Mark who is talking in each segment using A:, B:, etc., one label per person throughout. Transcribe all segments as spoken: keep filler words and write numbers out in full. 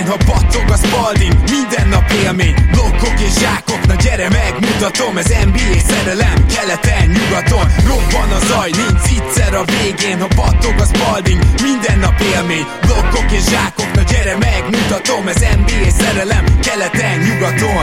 A: ha battog a Spalding. Minden nap élmény, blokkok és zsákok. Na gyere megmutatom, ez en bé á szerelem. Keleten, nyugaton, robban a zaj, nincs egyszer a végén. Ha battog a Spalding, minden nap élmény, blokkok és zsákok. Na gyere megmutatom, ez en bé á szerelem. Keleten, nyugaton.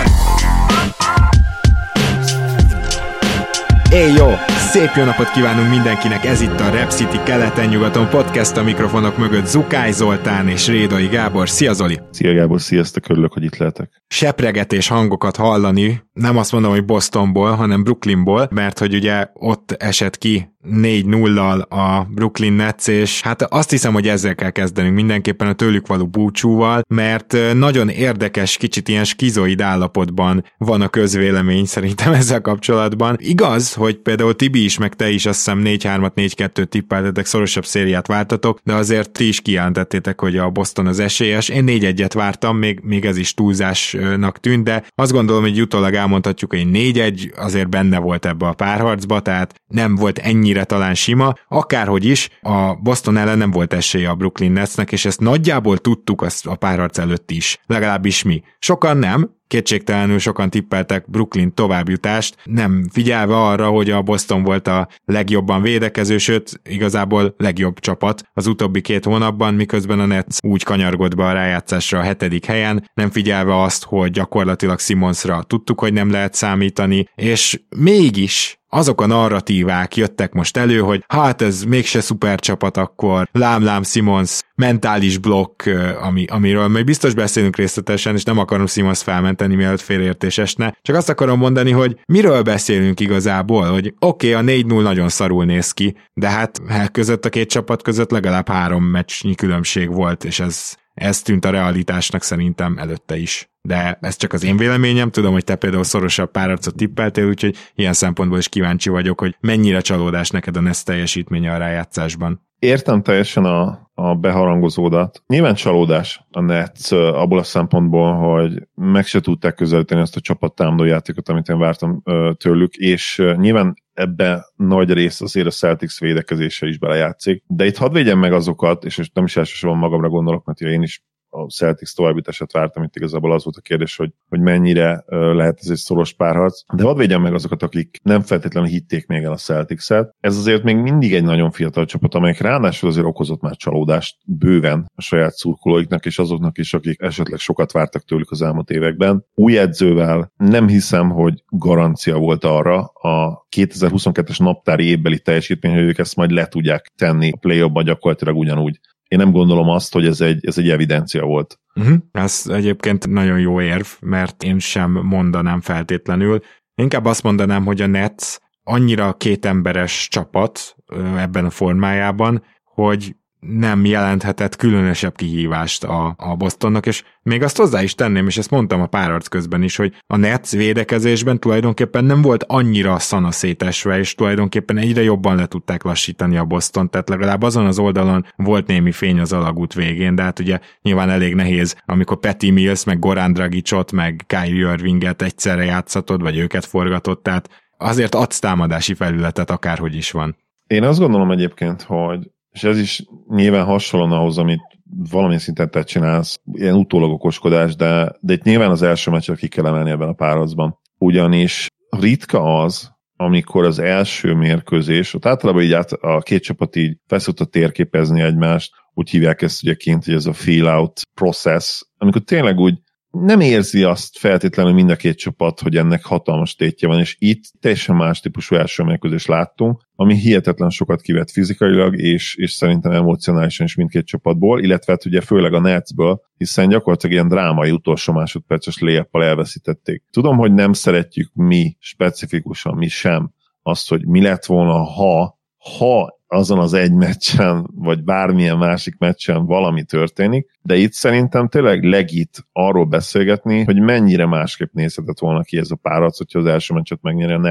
B: Éj jó! Szép jó napot kívánunk mindenkinek, ez itt a Rep City keleten-nyugaton podcast, a mikrofonok mögött Zukály Zoltán és Rédai Gábor. Szia Zoli!
C: Szia Gábor, sziasztok, örülök, hogy itt lehetek.
B: Sepregetés hangokat hallani, nem azt mondom, hogy Bostonból, hanem Brooklynból, mert hogy ugye ott esett ki négy nullal a Brooklyn Nets, és hát azt hiszem, hogy ezzel kell kezdenünk mindenképpen a tőlük való búcsúval, mert nagyon érdekes, kicsit ilyen skizoid állapotban van a közvélemény szerintem ezzel kapcsolatban. Igaz, hogy például Tibi is, meg te is azt hiszem négy hármat, négy kettőt tippeltetek, szorosabb szériát vártatok, de azért ti is kijelentettétek, hogy a Boston az esélyes. Én négy egyet vártam, még, még ez is túlzásnak tűnt, de azt gondolom, hogy utólag elmondhatjuk, hogy négy egy azért benne volt ebbe a párharcba, tehát nem volt ennyire talán sima, akárhogy is, a Boston ellen nem volt esélye a Brooklyn Netsnek, és ezt nagyjából tudtuk azt a párharc előtt is, legalábbis mi. Sokan nem, kétségtelenül sokan tippeltek Brooklyn továbbjutást, nem figyelve arra, hogy a Boston volt a legjobban védekező, sőt, igazából legjobb csapat az utóbbi két hónapban, miközben a Nets úgy kanyargott be a rájátszásra a hetedik helyen, nem figyelve azt, hogy gyakorlatilag Simmonsra tudtuk, hogy nem lehet számítani, és mégis azok a narratívák jöttek most elő, hogy hát ez mégse szuper csapat akkor, lám-lám Simmons, mentális blokk, ami, amiről majd biztos beszélünk részletesen, és nem akarom Simmons felmenteni, mielőtt félreértés esne. Csak azt akarom mondani, hogy miről beszélünk igazából, hogy oké, okay, a négy null nagyon szarul néz ki, de hát között a két csapat között legalább három meccsnyi különbség volt, és ez, ez tűnt a realitásnak szerintem előtte is. De ez csak az én véleményem, tudom, hogy te például szorosabb párharcot tippeltél, úgyhogy ilyen szempontból is kíváncsi vagyok, hogy mennyire csalódás neked a Nets teljesítménye a rájátszásban.
C: Értem teljesen a, a beharangozódat. Nyilván csalódás a Nets abból a szempontból, hogy meg se tudták közelíteni azt a csapattámadó játékot, amit én vártam tőlük, és nyilván ebben nagy rész azért a Celtics védekezése is belejátszik. De itt hadd védjem meg azokat, és most nem is elsősorban magamra gondolok, mert én is a Celtics továbbítását vártam, itt igazából az volt a kérdés, hogy, hogy mennyire uh, lehet ez egy szoros párharc. De hadd védjem meg azokat, akik nem feltétlenül hitték még el a Celtics-et. Ez azért még mindig egy nagyon fiatal csapat, amelyik ráadásul azért okozott már csalódást bőven a saját szurkolóiknak, és azoknak is, akik esetleg sokat vártak tőlük az elmúlt években. Új edzővel nem hiszem, hogy garancia volt arra a kétezer-huszonkettes naptári évbeli teljesítmény, hogy ők ezt majd le tudják tenni a play-offban gyakorlatilag ugyanúgy. Én nem gondolom azt, hogy ez egy, ez egy evidencia volt.
B: Uh-huh. Ez egyébként nagyon jó érv, mert én sem mondanám feltétlenül. Inkább azt mondanám, hogy a Nets annyira kétemberes csapat ebben a formájában, hogy nem jelenthetett különösebb kihívást a, a Bostonnak, és még azt hozzá is tenném, és ezt mondtam a párharc közben is, hogy a Nets védekezésben tulajdonképpen nem volt annyira szana szétesve, és tulajdonképpen egyre jobban le tudták lassítani a Boston, tehát legalább azon az oldalon volt némi fény az alagút végén, de hát ugye nyilván elég nehéz, amikor Patty Mills, meg Goran Dragicot, meg Kyrie Irvinget egyszerre játszatod, vagy őket forgatod, tehát azért adsz támadási felületet akárhogy is van.
C: Én azt gondolom egyébként, hogy és ez is nyilván hasonlóan ahhoz, amit valamilyen szinten te csinálsz, ilyen utólag okoskodás, de, de itt nyilván az első meccset ki kell emelni ebben a párharcban. Ugyanis ritka az, amikor az első mérkőzés, ott általában így át, a két csapat így feszült a térképezni egymást, úgy hívják ezt ugye kint, hogy ez a feel-out process, amikor tényleg úgy nem érzi azt feltétlenül mind a két csapat, hogy ennek hatalmas tétje van, és itt teljesen más típusú első mérkőzést láttunk, ami hihetetlen sokat kivett fizikailag, és, és szerintem emocionálisan is mindkét csapatból, illetve hát ugye főleg a Netsből, hiszen gyakorlatilag ilyen drámai utolsó másodperces layuppal elveszítették. Tudom, hogy nem szeretjük mi specifikusan, mi sem azt, hogy mi lett volna, ha, ha azon az egy meccsen, vagy bármilyen másik meccsen valami történik, de itt szerintem tényleg legit arról beszélgetni, hogy mennyire másképp nézhetett volna ki ez a párharc, hogyha az első meccset megnyeri a Nets.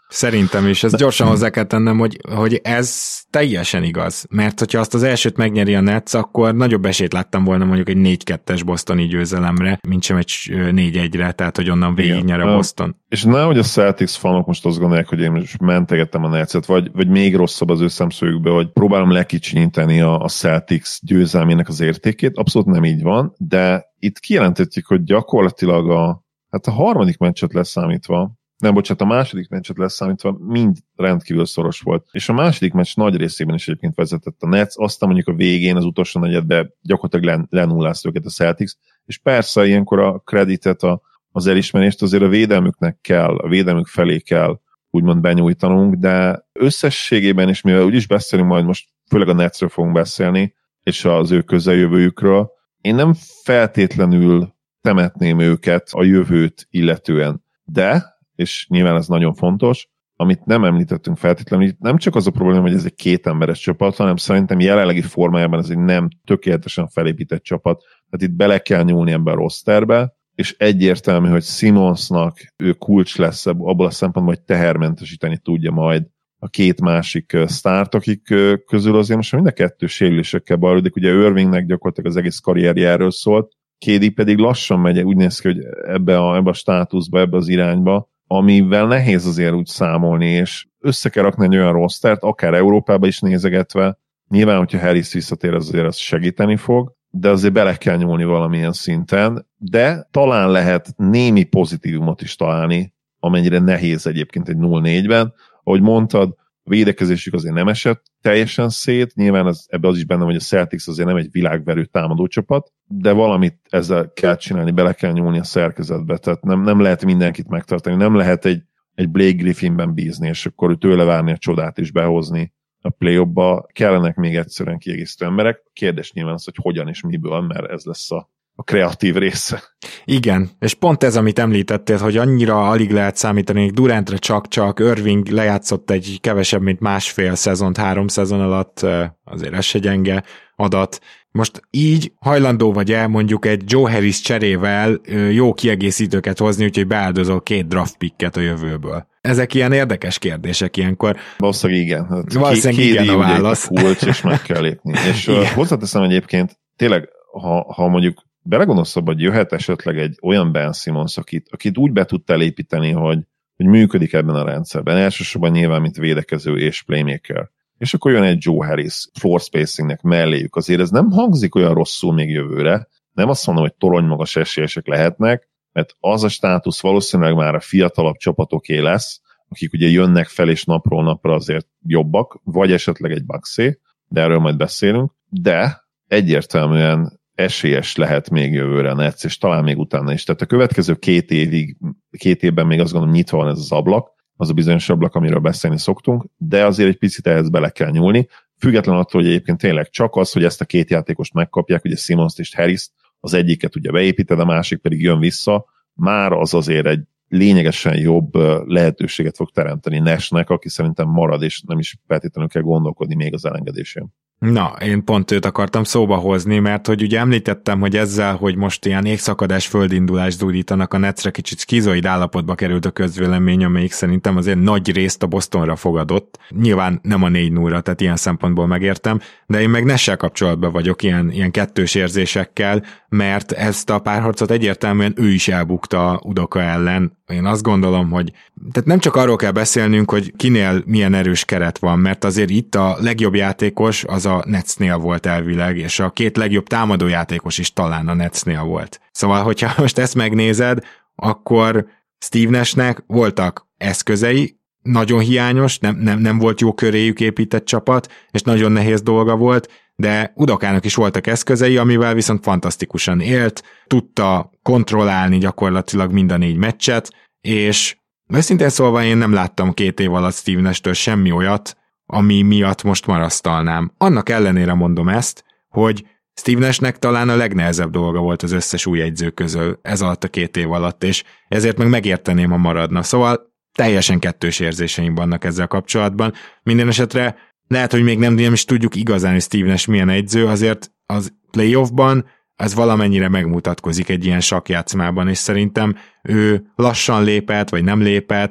B: Szerintem is, ezt gyorsan hozzá kell tennem, hogy, hogy ez teljesen igaz, mert hogyha azt az elsőt megnyeri a Nets, akkor nagyobb esélyt láttam volna mondjuk egy négy kettes bostoni győzelemre, mint sem egy négy egyre, tehát hogy onnan végignyer a Boston.
C: És nehogy a Celtics fanok most azt gondolják, hogy én most mentegettem a Netset, vagy, vagy még rosszabb az ő szemszögükbe, hogy próbálom lekicsinyíteni a, a Celtics győzelmének az értékét, abszolút nem így van, de itt kijelentettük, hogy gyakorlatilag a, hát a harmadik meccset leszámítva, nem, bocsánat, a második meccset leszámítva mind rendkívül szoros volt. És a második meccs nagy részében is egyébként vezetett a Nets, aztán mondjuk a végén, az utolsó negyedben gyakorlatilag lenullázta őket a Celtics, és persze ilyenkor a kreditet, a, az elismerést azért a védelmüknek kell, a védelmük felé kell úgymond benyújtanunk, de összességében is, mivel úgyis beszélünk majd most, főleg a Netsről fogunk beszélni, és az ő közeljövőjükről, én nem feltétlenül temetném őket a jövőt illetően, de és nyilván ez nagyon fontos, amit nem említettünk feltétlenül, nem csak az a probléma, hogy ez egy két emberes csapat, hanem szerintem jelenlegi formájában ez egy nem tökéletesen felépített csapat, tehát itt bele kell nyúlni ebbe a rosterbe, és egyértelmű, hogy Simmonsnak ő kulcs lesz abból a szempontból, hogy tehermentesíteni tudja majd a két másik sztárt, akik közül azért most mind a kettő sérülésekkel bajlódik, ugye Irvingnek gyakorlatilag az egész karrierje erről szólt, ká dé pedig lassan megy, úgy néz ki, hogy ebbe a, ebbe a státuszba, ebbe az irányba, amivel nehéz azért úgy számolni, és össze kell rakni egy olyan rostert, akár Európába is nézegetve, nyilván, hogyha Harris visszatér, azért az segíteni fog, de azért bele kell nyúlni valamilyen szinten, de talán lehet némi pozitívumot is találni, amennyire nehéz egyébként egy nulla négyben. Ahogy mondtad, a védekezésük azért nem esett teljesen szét, nyilván az, ebbe az is benne, hogy a Celtics azért nem egy világverő támadócsapat, de valamit ezzel kell csinálni, bele kell nyúlni a szerkezetbe, tehát nem, nem lehet mindenkit megtartani, nem lehet egy, egy Blake Griffinben bízni, és akkor tőle várni a csodát és behozni a play-offba, kellenek még egyszerűen kiegészítő emberek. A kérdés nyilván az, hogy hogyan és miből, mert ez lesz a a kreatív része.
B: Igen, és pont ez, amit említettél, hogy annyira alig lehet számítani, Durantre csak-csak, Irving lejátszott egy kevesebb, mint másfél szezont, három szezon alatt, azért ez se gyenge adat. Most így hajlandó vagy-e mondjuk egy Joe Harris cserével jó kiegészítőket hozni, úgyhogy beáldozol két draft picket a jövőből? Ezek ilyen érdekes kérdések ilyenkor.
C: Valószínűleg igen. Hát
B: Valószínűleg
C: K-
B: igen a válasz.
C: Kulcs, és meg kell lépni. És hozzáteszem egyébként, tényleg, ha, ha mondjuk belegondolsz abba, hogy jöhet esetleg egy olyan Ben Simmons, akit, akit úgy be tudtál építeni, hogy, hogy működik ebben a rendszerben. Elsősorban nyilván, mint védekező és playmaker. És akkor jön egy Joe Harris floor spacingnek melléjük. Azért ez nem hangzik olyan rosszul még jövőre. Nem azt mondom, hogy toronymagas esélyesek lehetnek, mert az a státusz valószínűleg már a fiatalabb csapatoké lesz, akik ugye jönnek fel és napról napra azért jobbak, vagy esetleg egy Bucksé, de erről majd beszélünk. De egyértelműen esélyes lehet még jövőre a Nets, és talán még utána is. Tehát a következő két évig, két évben még azt gondolom nyitva van ez az ablak, az a bizonyos ablak, amiről beszélni szoktunk, de azért egy picit ehhez bele kell nyúlni. Független attól, hogy egyébként tényleg csak az, hogy ezt a két játékost megkapják, ugye Simmons és Harris, az egyiket ugye beépíted, a másik pedig jön vissza, már az azért egy lényegesen jobb lehetőséget fog teremteni Nashnek, aki szerintem marad, és nem is feltétlenül kell gondolkodni még az elengedésén.
B: Na, én pont őt akartam szóba hozni, mert hogy ugye említettem, hogy ezzel, hogy most ilyen égszakadás földindulás zúdítanak a Netsre, kicsit skizoid állapotba került a közvélemény, amelyik szerintem azért nagy részt a Bostonra fogadott. Nyilván nem a négy nullra, tehát ilyen szempontból megértem, de én meg Nash-sel kapcsolatban vagyok ilyen, ilyen kettős érzésekkel, mert ezt a párharcot egyértelműen ő is elbukta Udoka ellen. Én azt gondolom, hogy tehát nem csak arról kell beszélnünk, hogy kinél milyen erős keret van, mert azért itt a legjobb játékos az a Netsnél volt elvileg, és a két legjobb támadójátékos is talán a Netsnél volt. Szóval, hogyha most ezt megnézed, akkor Steve Nashnek voltak eszközei, nagyon hiányos, nem, nem, nem volt jó köréjük épített csapat, és nagyon nehéz dolga volt, de Udokának is voltak eszközei, amivel viszont fantasztikusan élt, tudta kontrollálni gyakorlatilag mind a négy meccset, és őszintén szólva én nem láttam két év alatt Steve Nash-től semmi olyat, ami miatt most marasztalnám. Annak ellenére mondom ezt, hogy Steve Nashnek talán a legnehezebb dolga volt az összes új edző közül ez alatt a két év alatt, és ezért meg megérteném, ha maradna. Szóval teljesen kettős érzéseim vannak ezzel kapcsolatban. Minden esetre lehet, hogy még nem, nem is tudjuk igazán, hogy Steve Nash milyen edző, azért az playoffban ez valamennyire megmutatkozik egy ilyen sakkjátszmában, és szerintem ő lassan lépett, vagy nem lépett,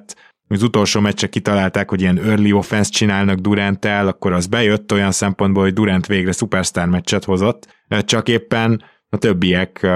B: az utolsó meccse kitalálták, hogy ilyen early offense csinálnak Duranttel, akkor az bejött olyan szempontból, hogy Durant végre szupersztár meccset hozott, csak éppen a többiek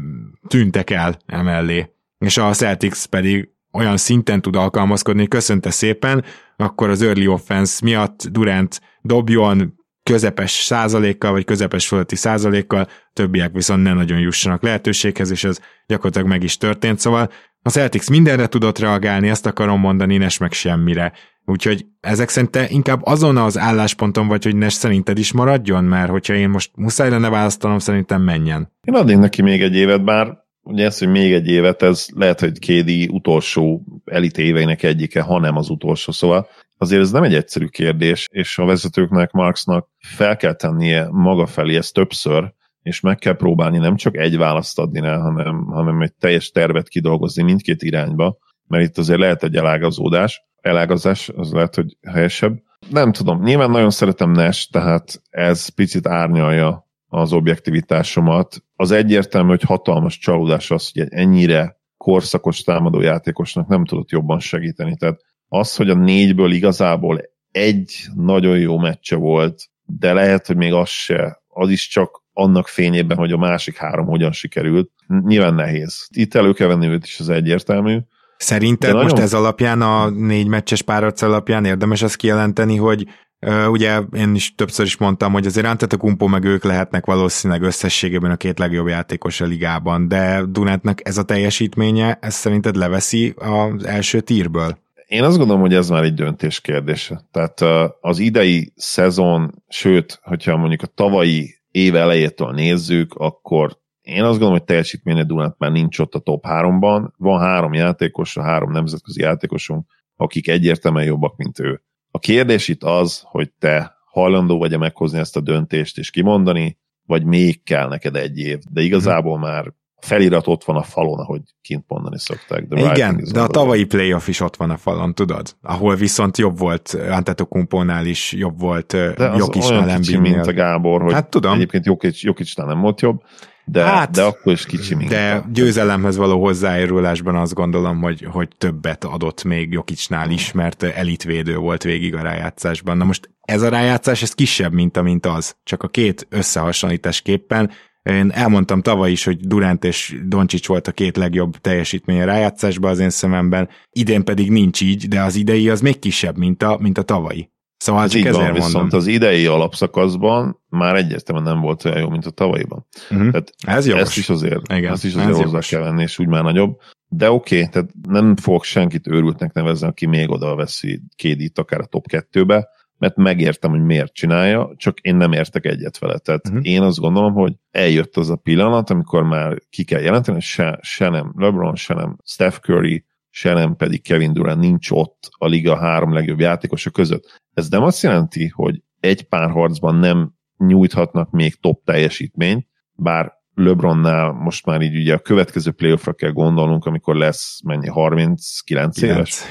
B: tűntek el emellé. És a Celtics pedig olyan szinten tud alkalmazkodni, hogy köszönte szépen, akkor az early offense miatt Durant dobjon közepes százalékkal, vagy közepes fölötti százalékkal, többiek viszont ne nagyon jussanak lehetőséghez, és ez gyakorlatilag meg is történt, szóval a Celtics mindenre tudott reagálni, ezt akarom mondani, Nash meg semmire. Úgyhogy ezek szerint te inkább azon az állásponton vagy, hogy Nash szerinted is maradjon, mert hogyha én most muszáj lenne választanom, szerintem menjen.
C: Én adnék neki még egy évet, bár ugye ez, hogy még egy évet, ez lehet, hogy ká dé utolsó elit éveinek egyike, hanem az utolsó, szóval azért ez nem egy egyszerű kérdés, és a vezetőknek, Marksnak fel kell tennie maga felé ezt többször, és meg kell próbálni nem csak egy választ adni rá, hanem, hanem egy teljes tervet kidolgozni mindkét irányba, mert itt azért lehet egy elágazódás, elágazás, az lehet, hogy helyesebb. Nem tudom, nyilván nagyon szeretem Nash, tehát ez picit árnyalja az objektivitásomat. Az egyértelmű, hogy hatalmas csalódás az, hogy egy ennyire korszakos támadójátékosnak nem tudott jobban segíteni. Tehát az, hogy a négyből igazából egy nagyon jó meccse volt, de lehet, hogy még az se, az is csak annak fényében, hogy a másik három hogyan sikerült. Nyilván nehéz. Itt elő kell venni őt is, az egyértelmű.
B: Szerinted nagyon... most ez alapján, a négy meccses párharc alapján érdemes azt kijelenteni, hogy uh, ugye én is többször is mondtam, hogy azért Antetokounmpo meg ők lehetnek valószínűleg összességében a két legjobb játékos a ligában, de Durantnak ez a teljesítménye, ez szerinted leveszi az első tírből?
C: Én azt gondolom, hogy ez már egy döntés kérdése. Tehát az idei szezon, sőt, hogyha mondjuk a tavalyi év elejétől nézzük, akkor én azt gondolom, hogy teljesítménye Durant már nincs ott a top háromban. Van három játékos, a három nemzetközi játékosunk, akik egyértelműen jobbak, mint ő. A kérdés itt az, hogy te hajlandó vagy-e meghozni ezt a döntést és kimondani, vagy még kell neked egy év. De igazából már felirat ott van a falon, ahogy kint mondani szokták.
B: The igen, de a tavalyi playoff is ott van a falon, tudod? Ahol viszont jobb volt Antetokounmpónál is, jobb volt Jokicnál,
C: Embiidnél. Mint a Gábor, hogy hát tudom. Egyébként Jokic, Jokicnál nem volt jobb, de, hát, de akkor is kicsi mint.
B: De a győzelemhez való hozzájárulásban azt gondolom, hogy, hogy többet adott még Jokicnál is, mert elitvédő volt végig a rájátszásban. Na most ez a rájátszás, ez kisebb, mint amint az. Csak a két összehasonlításképpen én elmondtam tavaly is, hogy Durant és Doncic volt a két legjobb teljesítmény a rájátszásban az én szememben, idén pedig nincs így, de az idei az még kisebb, mint a, mint a tavalyi. Szóval ez csak ezért van, mondom.
C: Viszont az idei alapszakaszban már egyértelműen nem volt olyan jó, mint a tavalyiban. Uh-huh. Tehát
B: ez jogos.
C: Ezt is azért,
B: Igen,
C: ezt is azért hozzá kell venni, és úgy már nagyobb. De oké, okay, tehát nem fogok senkit őrültnek nevezni, aki még oda veszi ká dét akár a top kettőbe, mert megértem, hogy miért csinálja, csak én nem értek egyet vele. Tehát uh-huh. én azt gondolom, hogy eljött az a pillanat, amikor már ki kell jelenteni, hogy se, se nem LeBron, se nem Steph Curry, se nem pedig Kevin Durant nincs ott a liga három legjobb játékosa között. Ez nem azt jelenti, hogy egy párharcban nem nyújthatnak még top teljesítményt, bár LeBronnál most már így ugye a következő playoffra kell gondolnunk, amikor lesz mennyi, harminckilenc éves.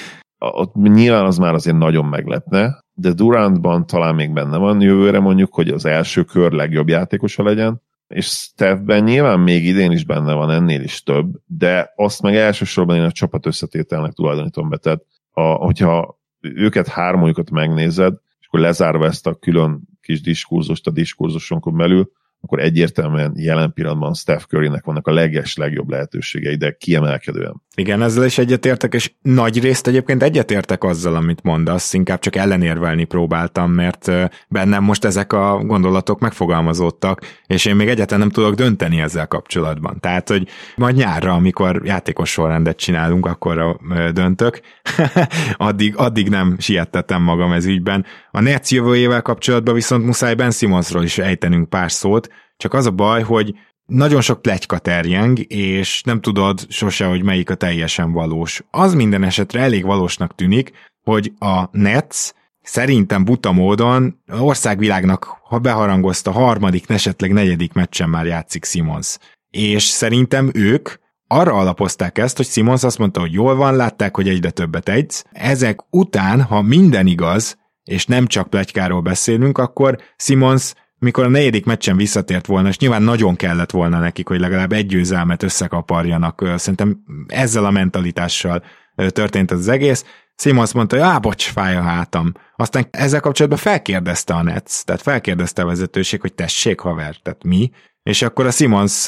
C: Ott nyilván az már azért nagyon meglepne, de Durantban talán még benne van jövőre mondjuk, hogy az első kör legjobb játékosa legyen, és Stephben nyilván még idén is benne van, ennél is több, de azt meg elsősorban én a csapat összetételnek tulajdonítom be. Tehát a, hogyha őket hármójukat megnézed, és akkor lezárva ezt a külön kis diskurzust a diskurzusonkon belül, akkor egyértelműen jelen pillanatban Steph Currynek vannak a leges, legjobb lehetőségei, de kiemelkedően.
B: Igen, ezzel is egyetértek, és nagy részt egyébként egyetértek azzal, amit mondasz, inkább csak ellenérvelni próbáltam, mert bennem most ezek a gondolatok megfogalmazódtak, és én még egyáltalán nem tudok dönteni ezzel kapcsolatban. Tehát, hogy majd nyárra, amikor játékos sorrendet csinálunk, akkor döntök. addig, addig nem siettettem magam ez ügyben. A Nets jövőjével kapcsolatban viszont muszáj Ben Simmonsról is ejtenünk pár szót, csak az a baj, hogy nagyon sok pletyka terjeng, és nem tudod sose, hogy melyik a teljesen valós. Az minden esetre elég valósnak tűnik, hogy a Nets szerintem buta módon országvilágnak ha beharangozta harmadik, esetleg negyedik meccsen már játszik Simmons. És szerintem ők arra alapozták ezt, hogy Simmons azt mondta, hogy jól van, látták, hogy egyre többet egysz. Ezek után, ha minden igaz, és nem csak pletykáról beszélünk, akkor Simmons mikor a negyedik meccsen visszatért volna, és nyilván nagyon kellett volna nekik, hogy legalább egy győzelmet összekaparjanak, szerintem ezzel a mentalitással történt az egész. Simmons mondta, hogy á, bocs, fáj a hátam. Aztán ezzel kapcsolatban felkérdezte a Nets, tehát felkérdezte a vezetőség, hogy tessék, haver, tehát mi? És akkor a Simmons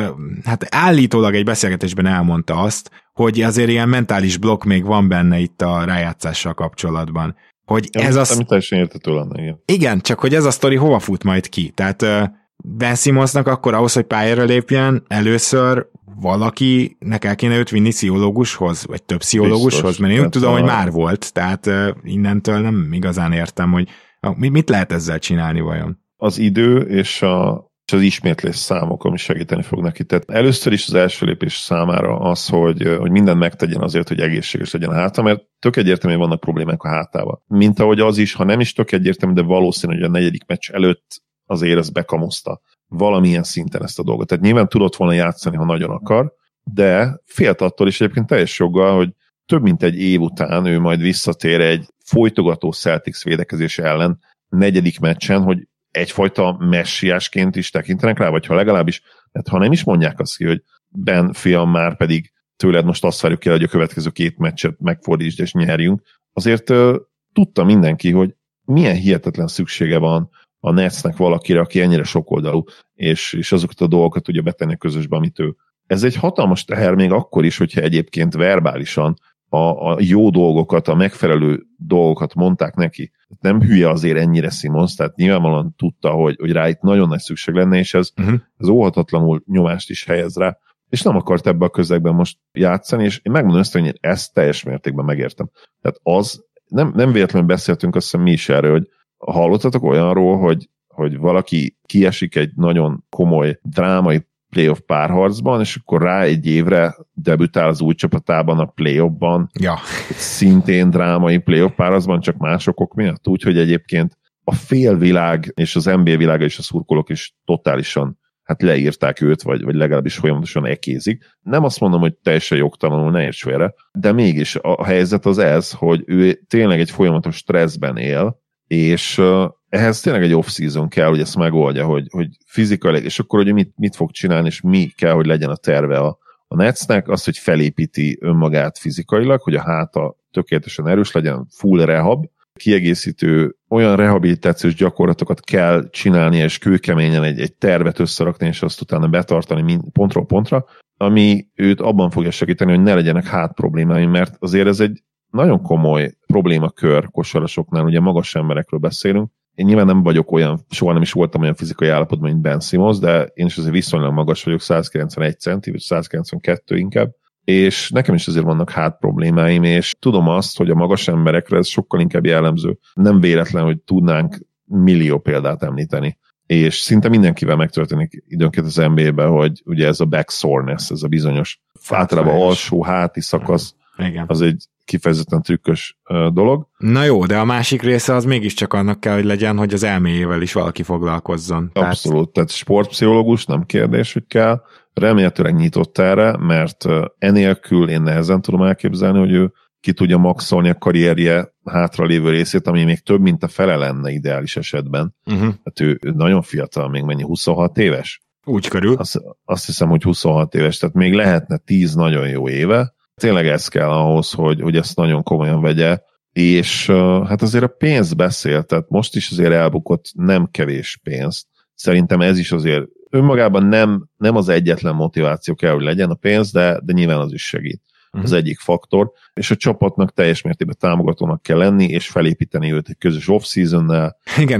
B: hát állítólag egy beszélgetésben elmondta azt, hogy azért ilyen mentális blokk még van benne itt a rájátszással kapcsolatban. Hogy
C: ja,
B: ez az...
C: Ami teljesen értető lenne, igen.
B: Igen, csak hogy ez a sztori hova fut majd ki? Tehát Ben Simmonsnak akkor ahhoz, hogy pályára lépjen, először valakinek el kéne őt vinni pszichológushoz, vagy több pszichológushoz, mert én úgy tudom, a... hogy már volt, tehát innentől nem igazán értem, hogy mit lehet ezzel csinálni vajon?
C: Az idő és a és az ismétlés számok, ami segíteni fog neki. Tehát először is az első lépés számára az, hogy, hogy mindent megtegyen azért, hogy egészséges legyen a háta, mert tök egyértelműen vannak problémák a hátával. Mint ahogy az is, ha nem is tök egyértelmű, de valószínű, hogy a negyedik meccs előtt azért ez bekamozta valamilyen szinten ezt a dolgot. Tehát nyilván tudott volna játszani, ha nagyon akar, de félt attól is egyébként teljes joggal, hogy több mint egy év után ő majd visszatér egy folytogató Celtics védekezés ellen negyedik meccsen, hogy egyfajta messiásként is tekintenek rá, vagy ha legalábbis, mert ha nem is mondják azt ki, hogy Ben, fiam, már pedig tőled most azt várjuk el, hogy a következő két meccset megfordítsd és nyerjünk, azért uh, tudta mindenki, hogy milyen hihetetlen szüksége van a Netsnek valakire, aki ennyire sokoldalú, és, és azokat a dolgokat tudja betenni a közösbe, amit ő. Ez egy hatalmas teher még akkor is, hogyha egyébként verbálisan a, a jó dolgokat, a megfelelő dolgokat mondták neki. Nem hülye azért ennyire Simmons, tehát nyilvánvalóan tudta, hogy, hogy rá itt nagyon nagy szükség lenne, és ez, uh-huh. ez óhatatlanul nyomást is helyez rá, és nem akart ebbe a közegben most játszani, és én megmondom ezt, hogy én ezt teljes mértékben megértem. Tehát az, nem, nem véletlenül beszéltünk azt hiszem mi is erről, hogy hallottatok olyanról, hogy, hogy valaki kiesik egy nagyon komoly drámai playoff párharcban, és akkor rá egy évre debütál az új csapatában a playoffban,
B: ja.
C: szintén drámai playoff párharcban, csak más okok miatt, úgyhogy egyébként a félvilág és az en bé á világa és a szurkolók is totálisan hát leírták őt, vagy, vagy legalábbis folyamatosan ekézik. Nem azt mondom, hogy teljesen jogtalanul, ne érts félre, de mégis a helyzet az ez, hogy ő tényleg egy folyamatos stresszben él, és ehhez tényleg egy off-season kell, hogy ezt megoldja, hogy, hogy fizikailag, és akkor hogy mit, mit fog csinálni, és mi kell, hogy legyen a terve a, a Netsnek, az, hogy felépíti önmagát fizikailag, hogy a háta tökéletesen erős legyen, full rehab, kiegészítő olyan rehabilitációs gyakorlatokat kell csinálni, és kőkeményen egy, egy tervet összerakni, és azt utána betartani mind, pontról pontra, ami őt abban fogja segíteni, hogy ne legyenek hát problémái, mert azért ez egy nagyon komoly problémakör kosarasoknál, ugye magas emberekről beszélünk. Én nyilván nem vagyok olyan, soha nem is voltam olyan fizikai állapotban, mint Ben Simmons, de én is azért viszonylag magas vagyok, száz kilencvenegy centi, vagy száz kilencvenkettő inkább, és nekem is azért vannak hát problémáim, és tudom azt, hogy a magas emberekre ez sokkal inkább jellemző. Nem véletlen, hogy tudnánk millió példát említeni. És szinte mindenkivel megtörténik időnként az en bé á-ben, hogy ugye ez a back soreness, ez a bizonyos általában alsó háti szakasz,
B: igen.
C: Az egy kifejezetten trükkös uh, dolog.
B: Na jó, de a másik része az mégiscsak annak kell, hogy legyen, hogy az elméjével is valaki foglalkozzon.
C: Abszolút, tehát, tehát sportpszichológus, nem kérdés, hogy kell. Remélhetőleg nyitott erre, mert uh, enélkül én nehezen tudom elképzelni, hogy ő ki tudja maxolni a karrierje hátralévő részét, ami még több, mint a fele lenne ideális esetben. Uh-huh. Hát ő, ő nagyon fiatal, még mennyi, huszonhat éves?
B: Úgy körül.
C: Azt, azt hiszem, hogy huszonhat éves, tehát még lehetne tíz nagyon jó éve. Tényleg ez kell ahhoz, hogy, hogy ezt nagyon komolyan vegye, és uh, hát azért a pénz beszél, tehát most is azért elbukott nem kevés pénzt. Szerintem ez is azért önmagában nem, nem az egyetlen motiváció kell, hogy legyen a pénz, de, de nyilván az is segít. Az egyik faktor, és a csapatnak teljes mértékben támogatónak kell lenni, és felépíteni őt egy közös off-seasonnel,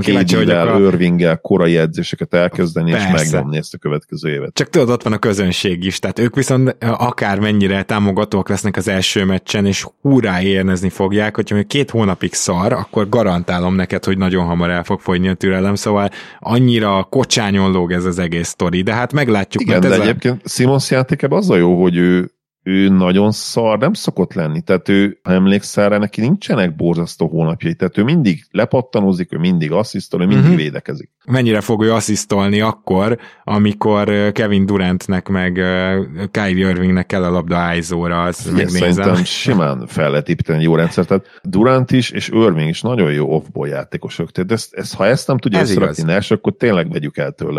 C: K D-vel, Irvinggel, korai edzéseket elkezdeni, persze. És megnyomni ezt a következő évet.
B: Csak tudod, ott van a közönség is, tehát ők viszont akár mennyire támogatóak lesznek az első meccsen, és hurrá érnezni fogják, hogyha még két hónapig szar, akkor garantálom neked, hogy nagyon hamar el fog fogyni a türelem, szóval annyira kocsányon lóg ez az egész sztori, de hát meglátjuk.
C: Igen,
B: mert
C: de
B: ez
C: egyébként a... Simmons játékában az a jó, hogy ő ő nagyon szar nem szokott lenni, tehát ő, ha emlékszel rá, neki nincsenek borzasztó hónapjai, tehát ő mindig lepattanózik, ő mindig asszisztol, ő mindig uh-huh. védekezik.
B: Mennyire fog ő asszisztolni akkor, amikor Kevin Durantnek meg Kyrie Irvingnek kell a labda ájzóra, azt megnézem.
C: Szerintem simán fel lehet építeni jó rendszert, tehát Durant is és Irving is nagyon jó off-ball játékosok, tehát ezt, ezt, ha ezt nem tudja összerakni Nash, akkor tényleg vegyük el tőle a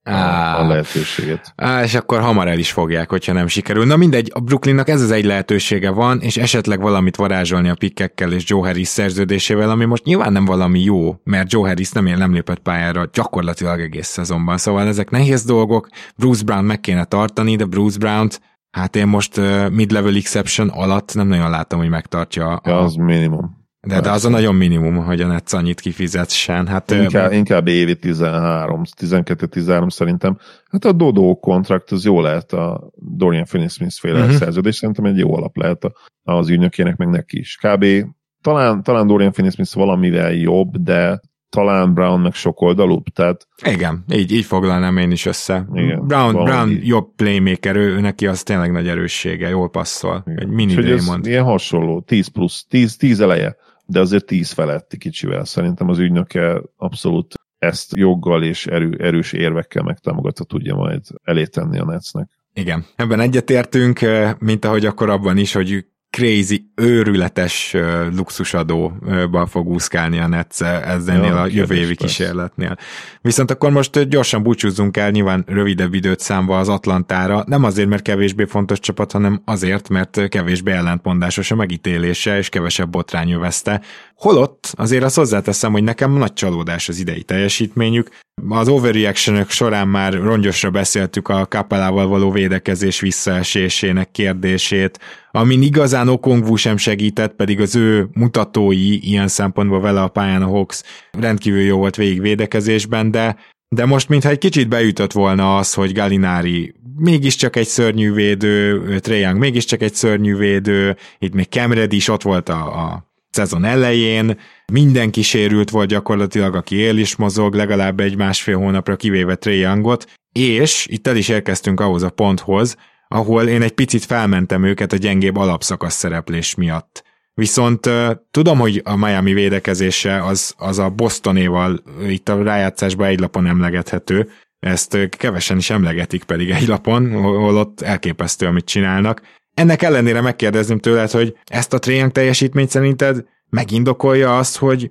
C: a, a lehetőséget.
B: Á, és akkor hamar el is fogják, hogyha nem sikerül. Na mindegy, a Brooklynnak ez az egy lehetősége van, és esetleg valamit varázsolni a pikkekkel és Joe Harris szerződésével, ami most nyilván nem valami jó, mert Joe Harris nem, nem lépett pályára gyakorlatilag egész szezonban, szóval ezek nehéz dolgok, Bruce Brown meg kéne tartani, de Bruce Brown-t hát én most uh, mid-level exception alatt nem nagyon látom, hogy megtartja. A...
C: Ja, az minimum.
B: De, de az a nagyon minimum, hogy a Nets annyit kifizetsen. Hát,
C: inkább,
B: uh,
C: inkább évi tizenhárom, tizenkettő tizenhárom szerintem. Hát a Dodo kontrakt az jó lehet a Dorian Finney-Smith féle uh-huh. szerződés, szerintem egy jó alap lehet az ügynökének, meg neki is. Kb. Talán, talán Dorian Finney-Smith valamivel jobb, de talán Brown meg sokoldalúbb, tehát... Igen,
B: így, így foglalnám én is össze. Igen, Brown, Brown jobb playmaker, ő, neki az tényleg nagy erőssége, jól passzol. Igen. Egy mini Draymond.
C: Ilyen hasonló, tíz plusz, tíz, tíz eleje, de azért tíz feletti kicsivel. Szerintem az ügynöke abszolút ezt joggal és erő, erős érvekkel megtámogatva tudja majd elé tenni a Netsnek.
B: Igen, ebben egyetértünk, mint ahogy akkor abban is, hogy crazy, őrületes uh, luxusadóba fog úszkálni a Nets ezzel ja, a jövő évi kísérletnél. Viszont akkor most gyorsan búcsúzzunk el, nyilván rövidebb időt számva az Atlantára, nem azért, mert kevésbé fontos csapat, hanem azért, mert kevésbé ellentmondásos a megítélése, és kevesebb botrány övezte. Holott azért azt hozzáteszem, hogy nekem nagy csalódás az idei teljesítményük. Az overreaction-ök során már rongyosra beszéltük a Capellával való védekezés visszaesésének kérdését, amin igazán Okongwu sem segített, pedig az ő mutatói ilyen szempontból vele a pályán a Hawks rendkívül jó volt végig védekezésben, de, de most mintha egy kicsit beütött volna az, hogy Gallinari mégiscsak egy szörnyű védő, Trae Young mégiscsak egy szörnyű védő, itt még Cam Reddish is ott volt a, a szezon elején, mindenki sérült volt gyakorlatilag, aki él is mozog, legalább egy másfél hónapra kivéve Trae Youngot, és itt el is érkeztünk ahhoz a ponthoz, ahol én egy picit felmentem őket a gyengébb alapszakasz szereplés miatt. Viszont uh, tudom, hogy a Miami védekezése az, az a Bostonéval itt a rájátszásban egy lapon emlegethető, ezt uh, kevesen is emlegetik pedig egy lapon, hol ott elképesztő, amit csinálnak. Ennek ellenére megkérdezném tőled, hogy ezt a Trae Young teljesítményt szerinted megindokolja azt, hogy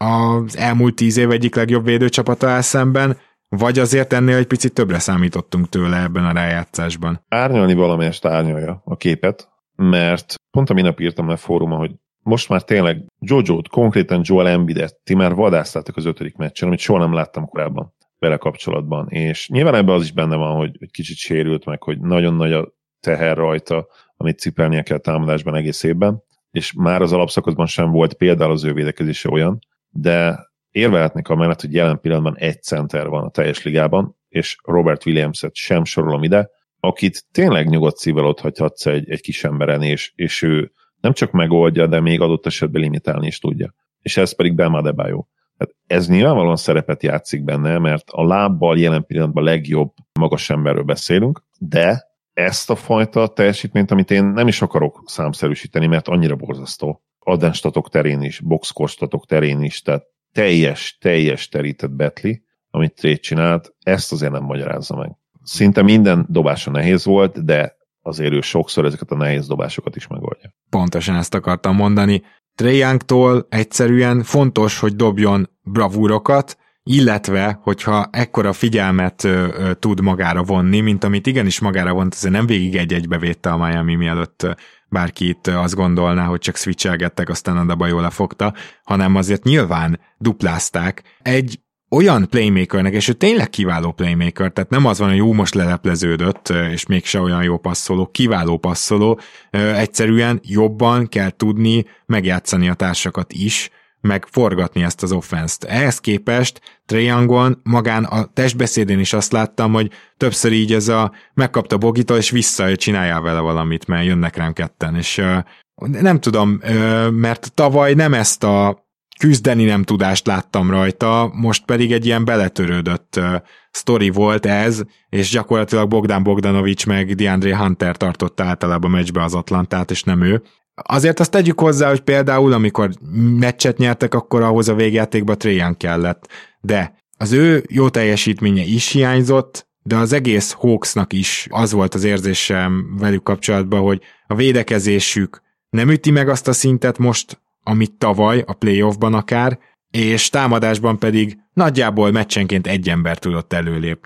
B: az elmúlt tíz év egyik legjobb védőcsapata áll szemben, vagy azért ennél egy picit többre számítottunk tőle ebben a rájátszásban?
C: Árnyalni valamelyest árnyalja a képet, mert pont a minap írtam le fórumon, hogy most már tényleg Jojo-t, konkrétan Joel Embiidet, ti már vadásztátok az ötödik meccsen, amit soha nem láttam korábban vele kapcsolatban, és nyilván ebben az is benne van, hogy egy kicsit sérült meg, hogy nagyon nagy a teher rajta, amit cipelnie kell támadásban egész évben, és már az alapszakaszban sem volt például az ő védekezése olyan, de érvelhetnek amellett, hogy jelen pillanatban egy center van a teljes ligában, és Robert Williams-et sem sorolom ide, akit tényleg nyugodt szívvel ott hagyhatsz egy, egy kis emberen, és, és ő nem csak megoldja, de még adott esetben limitálni is tudja. És ez pedig Bam Adebayo. Hát ez nyilvánvalóan szerepet játszik benne, mert a lábbal jelen pillanatban legjobb magas emberről beszélünk, de ezt a fajta teljesítményt, amit én nem is akarok számszerűsíteni, mert annyira borzasztó. Advenstatok terén is, boxkorstatok terén is, tehát teljes, teljes terített betli, amit Trae csinált, ezt azért nem magyarázza meg. Szinte minden dobása nehéz volt, de azért ő sokszor ezeket a nehéz dobásokat is megoldja.
B: Pontosan ezt akartam mondani. Trae Youngtól egyszerűen fontos, hogy dobjon bravúrokat, illetve, hogyha ekkora figyelmet ö, ö, tud magára vonni, mint amit igenis magára vont, azért nem végig egy-egybe védte a Miami, mielőtt bárki itt azt gondolná, hogy csak switchelgettek, aztán Adebayo lefogta, hanem azért nyilván duplázták egy olyan playmakernek, és ő tényleg kiváló playmaker, tehát nem az van, hogy jó, most lelepleződött, és mégse olyan jó passzoló, kiváló passzoló, egyszerűen jobban kell tudni megjátszani a társakat is, meg forgatni ezt az offenszt. Ehhez képest Trae Youngon magán a testbeszédén is azt láttam, hogy többször így ez a megkapta Bogitól, és vissza csináljál vele valamit, mert jönnek rám ketten, és uh, nem tudom, uh, mert tavaly nem ezt a küzdeni nem tudást láttam rajta, most pedig egy ilyen beletörődött uh, sztori volt ez, és gyakorlatilag Bogdan Bogdanovics meg DeAndre Hunter tartotta általában a meccsbe az Atlantát, és nem ő. Azért azt tegyük hozzá, hogy például amikor meccset nyertek, akkor ahhoz a végjátékba Trae Young kellett, de az ő jó teljesítménye is hiányzott, de az egész Hawksnak is az volt az érzésem velük kapcsolatban, hogy a védekezésük nem üti meg azt a szintet most, amit tavaly a playoffban akár, és támadásban pedig nagyjából meccsenként egy ember tudott előlépni.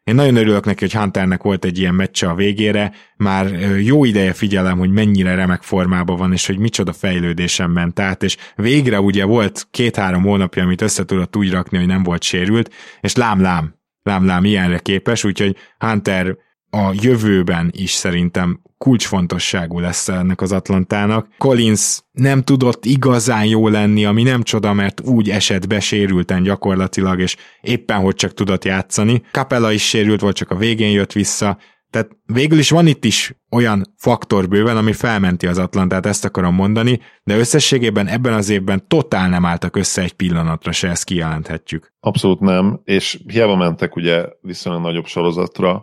B: Én nagyon örülök neki, hogy Hunternek volt egy ilyen meccse a végére, már jó ideje figyelem, hogy mennyire remek formában van, és hogy micsoda fejlődésen ment át, és végre ugye volt két-három hónapja, amit össze tudott úgy rakni, hogy nem volt sérült, és lám-lám, lám-lám ilyenre képes, úgyhogy Hunter a jövőben is szerintem kulcsfontosságú lesz ennek az Atlantának. Collins nem tudott igazán jó lenni, ami nem csoda, mert úgy esett be sérülten gyakorlatilag, és éppen hogy csak tudott játszani. Capella is sérült volt, csak a végén jött vissza, tehát végül is van itt is olyan faktor bőven, ami felmenti az Atlantát, ezt akarom mondani, de összességében ebben az évben totál nem álltak össze egy pillanatra se, ezt kijelenthetjük.
C: Abszolút nem, és hiába mentek ugye viszonylag nagyobb sorozatra,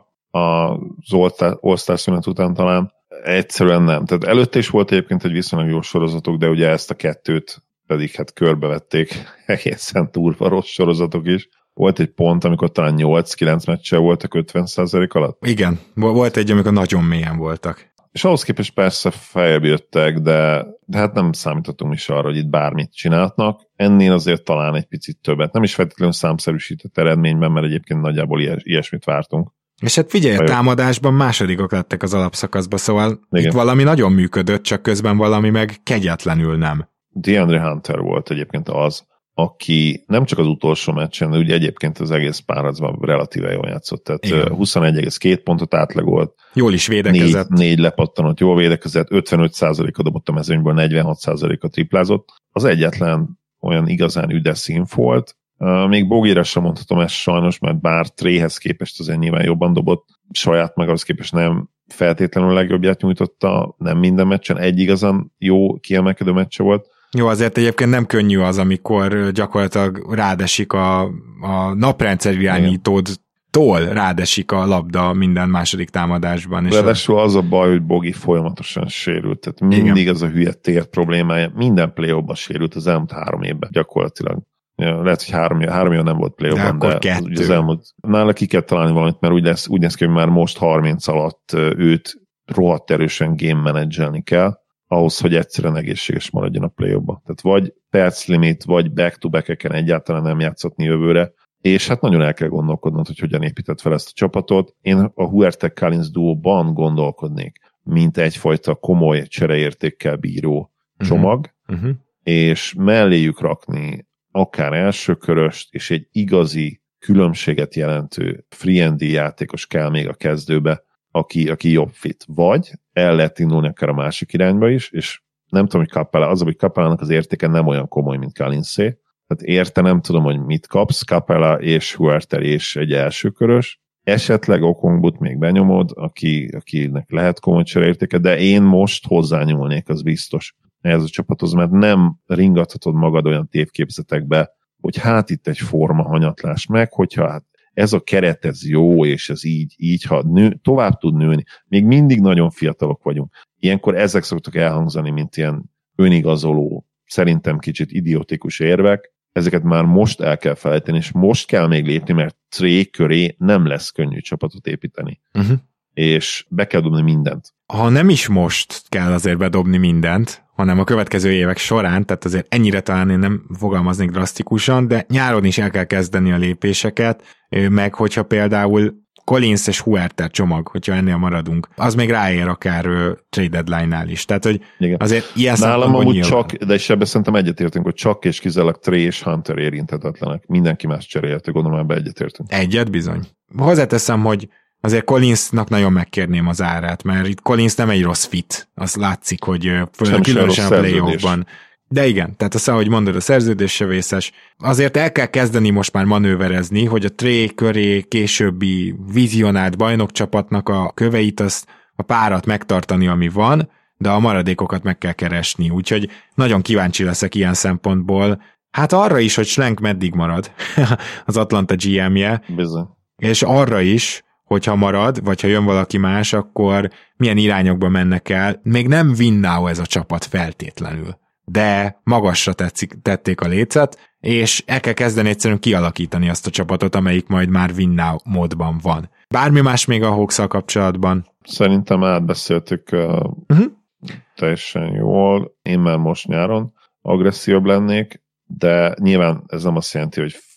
C: az All-Star szünet után talán egyszerűen nem. Tehát előtte is volt egyébként egy viszonylag jó sorozatok, de ugye ezt a kettőt pedig hát körbevették egészen durva rossz sorozatok is. Volt egy pont, amikor talán nyolc-kilenc meccse voltak ötven százalék alatt.
B: Igen, volt egy, amikor nagyon mélyen voltak.
C: És ahhoz képest persze feljebb jöttek, de, de hát nem számítottunk is arra, hogy itt bármit csinálnak. Ennél azért talán egy picit többet. Nem is feltétlenül számszerűsített eredményben, mert egyébként nagyjából ilyes, ilyesmit vártunk.
B: És hát figyelj, a támadásban másodikok lettek az alapszakaszban, szóval
C: igen.
B: Itt valami nagyon működött, csak közben valami meg kegyetlenül nem.
C: DeAndre Hunter volt egyébként az, aki nem csak az utolsó meccsen, de ugye egyébként az egész párazban relatíve jól játszott. Tehát igen. huszonegy egész két pontot átlagolt.
B: Jól is védekezett.
C: Négy, négy lepattanott, jól védekezett, ötvenöt százalékot dobott a mezőnyből, negyvenhat százalékot triplázott. Az egyetlen olyan igazán üdes szín volt. Uh, még Bogira sem mondhatom ezt sajnos, mert bár Tréhez képest azért nyilván jobban dobott, saját magához képest nem feltétlenül a legjobbját nyújtotta, nem minden meccsen, egy igazán jó kiemelkedő meccse volt.
B: Jó, azért egyébként nem könnyű az, amikor gyakorlatilag rádesik a, a naprendszer irányítódtól rádesik a labda minden második támadásban.
C: Ráadásul az a baj, hogy Bogi folyamatosan sérült, tehát mindig igen. Az a hülye tér problémája, minden play-offban sérült az elmúlt három évben gyakorlatilag. Ja, lehet, hogy három, három év nem volt play-offban, de, de az, az elmúlt, nála ki kell találni valamit, mert úgy lesz, úgy lesz ki, hogy már most harminc alatt őt rohadt erősen game menedzselni kell, ahhoz, hogy egyszerűen egészséges maradjon a play-offba. Tehát vagy perc limit, vagy back-to-back-eken egyáltalán nem játszatni jövőre, és hát nagyon el kell gondolkodnod, hogy hogyan épített fel ezt a csapatot. Én a Huerta-Collins duóban gondolkodnék, mint egyfajta komoly csereértékkel bíró csomag, uh-huh. és melléjük rakni akár elsőköröst, és egy igazi különbséget jelentő free and D játékos kell még a kezdőbe, aki, aki jobb fit. Vagy el lehet indulni akár a másik irányba is, és nem tudom, hogy Capella, az, hogy Capellának az értéke nem olyan komoly, mint Collinsé. Tehát érte nem tudom, hogy mit kapsz, Capella és Huerta és egy elsőkörös. Esetleg Okongbut még benyomod, aki, akinek lehet komoly csereértéke, de én most hozzányúlnék, az biztos ehhez a csapathoz, mert nem ringathatod magad olyan tévképzetekbe, hogy hát itt egy formahanyatlás meg, hogyha hát ez a keret, ez jó, és ez így, így ha nő, tovább tud nőni. Még mindig nagyon fiatalok vagyunk. Ilyenkor ezek szoktak elhangzani, mint ilyen önigazoló, szerintem kicsit idiotikus érvek. Ezeket már most el kell felejteni, és most kell még lépni, mert Tré köré nem lesz könnyű csapatot építeni. Uh-huh. És be kell dobni mindent.
B: Ha nem is most kell azért bedobni mindent, hanem a következő évek során, tehát azért ennyire talán én nem fogalmaznék drasztikusan, de nyáron is el kell kezdeni a lépéseket, meg hogyha például Collins és Huerta csomag, hogyha ennél maradunk, az még ráér akár uh, trade deadline-nál is. Tehát, hogy igen. Azért ilyen
C: nálam amúgy csak, de is ebben szerintem egyetértünk, hogy csak és kizárólag Tré és Hunter érinthetetlenek. Mindenki más cserélhető, gondolom ebben egyetértünk.
B: Egyet bizony. Hozzáteszem, hogy azért Collinsnak nagyon megkérném az árát, mert itt Collins nem egy rossz fit. Az látszik, hogy különösen a play-offban. De igen, tehát azt, ahogy mondod, a szerződés se vészes. Azért el kell kezdeni most már manőverezni, hogy a Tré köré későbbi vizionált bajnokcsapatnak a köveit, azt a párat megtartani, ami van, de a maradékokat meg kell keresni. Úgyhogy nagyon kíváncsi leszek ilyen szempontból. Hát arra is, hogy Schlenk meddig marad az Atlanta gé em-je.
C: Bizony.
B: És arra is, hogyha marad, vagy ha jön valaki más, akkor milyen irányokba mennek el. Még nem win now ez a csapat feltétlenül, de magasra tetszik, tették a lécet, és el kell kezdeni egyszerűen kialakítani azt a csapatot, amelyik majd már win now módban van. Bármi más még a Hawks-szal kapcsolatban?
C: Szerintem átbeszéltük uh, uh-huh. teljesen jól. Én már most nyáron agresszívabb lennék, de nyilván ez nem azt jelenti, hogy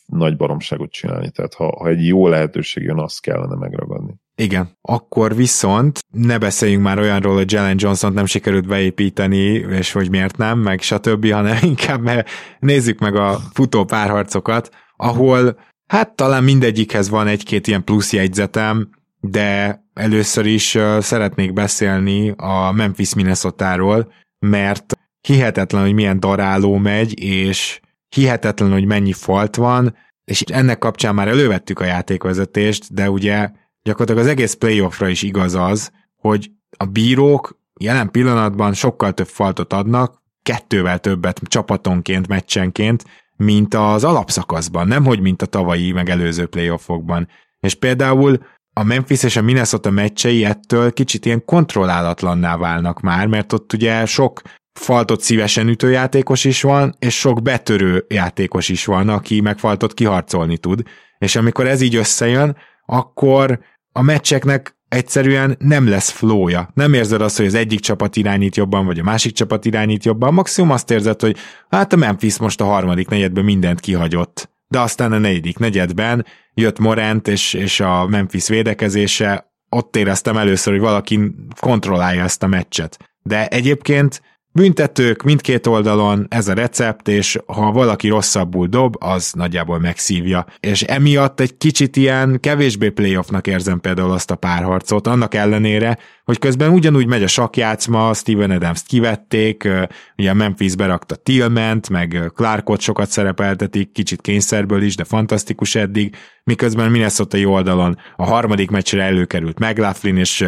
C: nagy baromságot csinálni. Tehát ha, ha egy jó lehetőség jön, azt kellene megragadni.
B: Igen. Akkor viszont ne beszéljünk már olyanról, hogy Jalen Johnson-t nem sikerült beépíteni, és hogy miért nem, meg stb., hanem inkább mert nézzük meg a futó párharcokat, ahol hát talán mindegyikhez van egy-két ilyen plusz jegyzetem, de először is uh, szeretnék beszélni a Memphis Minnesotáról, mert hihetetlen, hogy milyen daráló megy, és hihetetlen, hogy mennyi falt van, és ennek kapcsán már elővettük a játékvezetést, de ugye gyakorlatilag az egész playoffra is igaz az, hogy a bírók jelen pillanatban sokkal több faltot adnak, kettővel többet csapatonként, meccsenként, mint az alapszakaszban, nemhogy mint a tavalyi meg előző playoffokban. És például a Memphis és a Minnesota meccsei ettől kicsit ilyen kontrollálatlanná válnak már, mert ott ugye sok faltot szívesen ütő játékos is van, és sok betörő játékos is van, aki meg faltot kiharcolni tud. És amikor ez így összejön, akkor a meccseknek egyszerűen nem lesz flowja. Nem érzed azt, hogy az egyik csapat irányít jobban, vagy a másik csapat irányít jobban. Maximum azt érzed, hogy hát a Memphis most a harmadik negyedben mindent kihagyott. De aztán a negyedik negyedben jött Morant és, és a Memphis védekezése, ott éreztem először, hogy valaki kontrollálja ezt a meccset. De egyébként büntetők mindkét oldalon, ez a recept, és ha valaki rosszabbul dob, az nagyjából megszívja. És emiatt egy kicsit ilyen kevésbé playoffnak érzem például azt a párharcot, annak ellenére, hogy közben ugyanúgy megy a sakkjátszma, Steven Adams-t kivették, ugye Memphis berakta Tillmant, meg Clarkot sokat szerepeltetik, kicsit kényszerből is, de fantasztikus eddig, miközben Minnesota-i oldalon a harmadik meccsre előkerült McLaughlin, és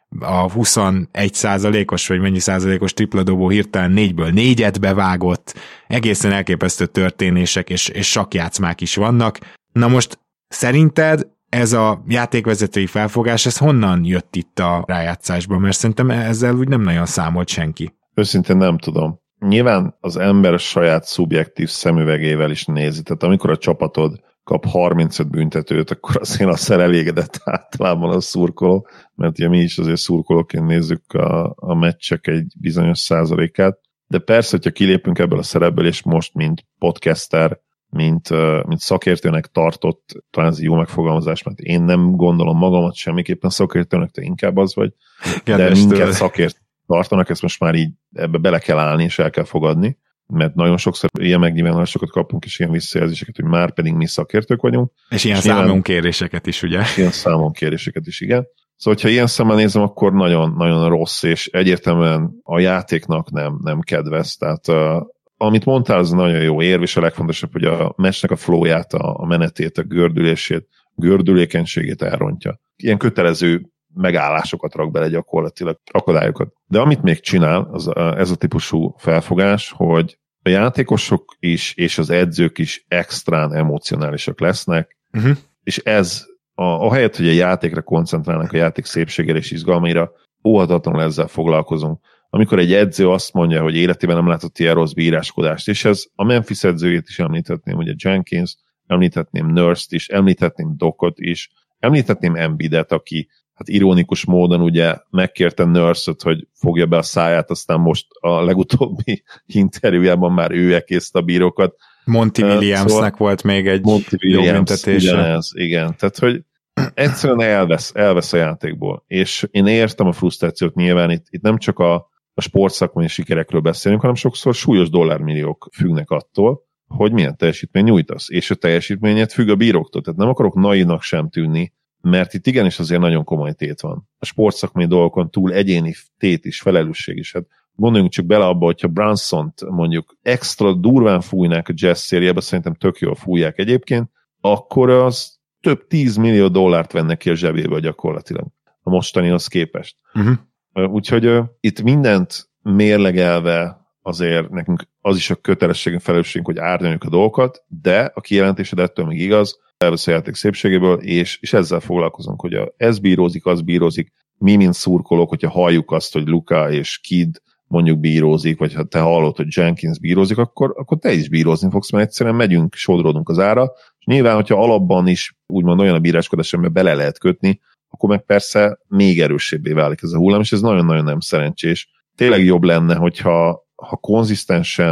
B: a huszonegy százalékos, vagy mennyi százalékos tripladobó hirtelen négyből négyet bevágott, egészen elképesztő történések és, és sakkjátszmák is vannak. Na most szerinted ez a játékvezetői felfogás, ez honnan jött itt a rájátszásban? Mert szerintem ezzel úgy nem nagyon számolt senki.
C: Őszintén nem tudom. Nyilván az ember a saját szubjektív szemüvegével is nézi. Tehát amikor a csapatod kap harmincöt büntetőt, akkor azért azt elégedett általában a szurkoló, mert ugye mi is azért szurkolóként nézzük a, a meccsek egy bizonyos százalékát, de persze, hogyha kilépünk ebből a szerepből, és most, mint podcaster, mint, mint szakértőnek tartott, talán ez jó megfogalmazás, mert én nem gondolom magamat semmiképpen szakértőnek, te inkább az vagy, de minket szakért tartanak, ezt most már így ebbe bele kell állni, és el kell fogadni, mert nagyon sokszor ilyen megnyilvánulásokat kapunk, és ilyen visszajelzéseket, hogy már pedig mi szakértők vagyunk.
B: És ilyen számonkéréseket is, ugye?
C: Ilyen számonkéréseket is, igen. Szóval, hogyha ilyen szemmel nézem, akkor nagyon, nagyon rossz, és egyértelműen a játéknak nem, nem kedvez. Tehát uh, amit mondtál, az nagyon jó érv, és a legfontosabb, hogy a meccsnek a flowját, a, a menetét, a gördülését, gördülékenységét elrontja. Ilyen kötelező megállásokat rak bele gyakorlatilag, akadályokat. De amit még csinál, az ez a típusú felfogás, hogy a játékosok is, és az edzők is extrán emocionálisak lesznek, uh-huh. és ez, a, a helyett, hogy a játékra koncentrálnak, a játék szépségére és izgalmaira, óhatatlanul ezzel foglalkozunk. Amikor egy edző azt mondja, hogy életében nem látott ilyen rossz bíráskodást, és ez a Memphis edzőjét is említhetném, ugye Jenkins, említhetném Nurse-t is, említhetném Docot is, említhetném Embiidet, aki hát ironikus módon ugye megkérte Nurse-ot, hogy fogja be a száját, aztán most a legutóbbi interjújában már ő ekészte a bírókat.
B: Monty Williamsnek szóval volt még egy
C: Monty Williams, ugyanez, igen. Tehát, hogy egyszerűen elvesz, elvesz a játékból. És én értem a frusztrációt nyilván, itt, itt nem csak a, a sportszakmai sikerekről beszélünk, hanem sokszor súlyos dollármilliók függnek attól, hogy milyen teljesítmény nyújtasz. És a teljesítményed függ a bíróktól. Tehát nem akarok naivnak sem tűnni, mert itt igenis azért nagyon komoly tét van. A sportszakmai dolgokon túl egyéni tét is, felelősség is. Hát gondoljunk csak bele abba, hogyha Brunsont mondjuk extra durván fújnák a Jazz szériába, szerintem tök jól fújják egyébként, akkor az több tíz millió dollárt vennek ki a zsebébe gyakorlatilag a mostanihoz képest. Uh-huh. Úgyhogy uh, itt mindent mérlegelve azért nekünk az is a kötelességünk, felelősségünk, hogy árnyaljuk a dolgokat, de a kijelentésed ettől még igaz, elvesz a játék szépségéből, és, és ezzel foglalkozunk, hogy a, ez bírózik, az bírózik, mi, mint szurkolók, hogyha halljuk azt, hogy Luka és Kidd mondjuk bírózik, vagy ha te hallod, hogy Jenkins bírózik, akkor, akkor te is bírózni fogsz, mert egyszerűen megyünk, sodródunk az ára, és nyilván, hogyha alapban is úgymond olyan a bíráskodás, amiben bele lehet kötni, akkor meg persze még erősebbé válik ez a hullám, és ez nagyon-nagyon nem szerencsés. Tényleg jobb lenne, hogyha ha konzisztensen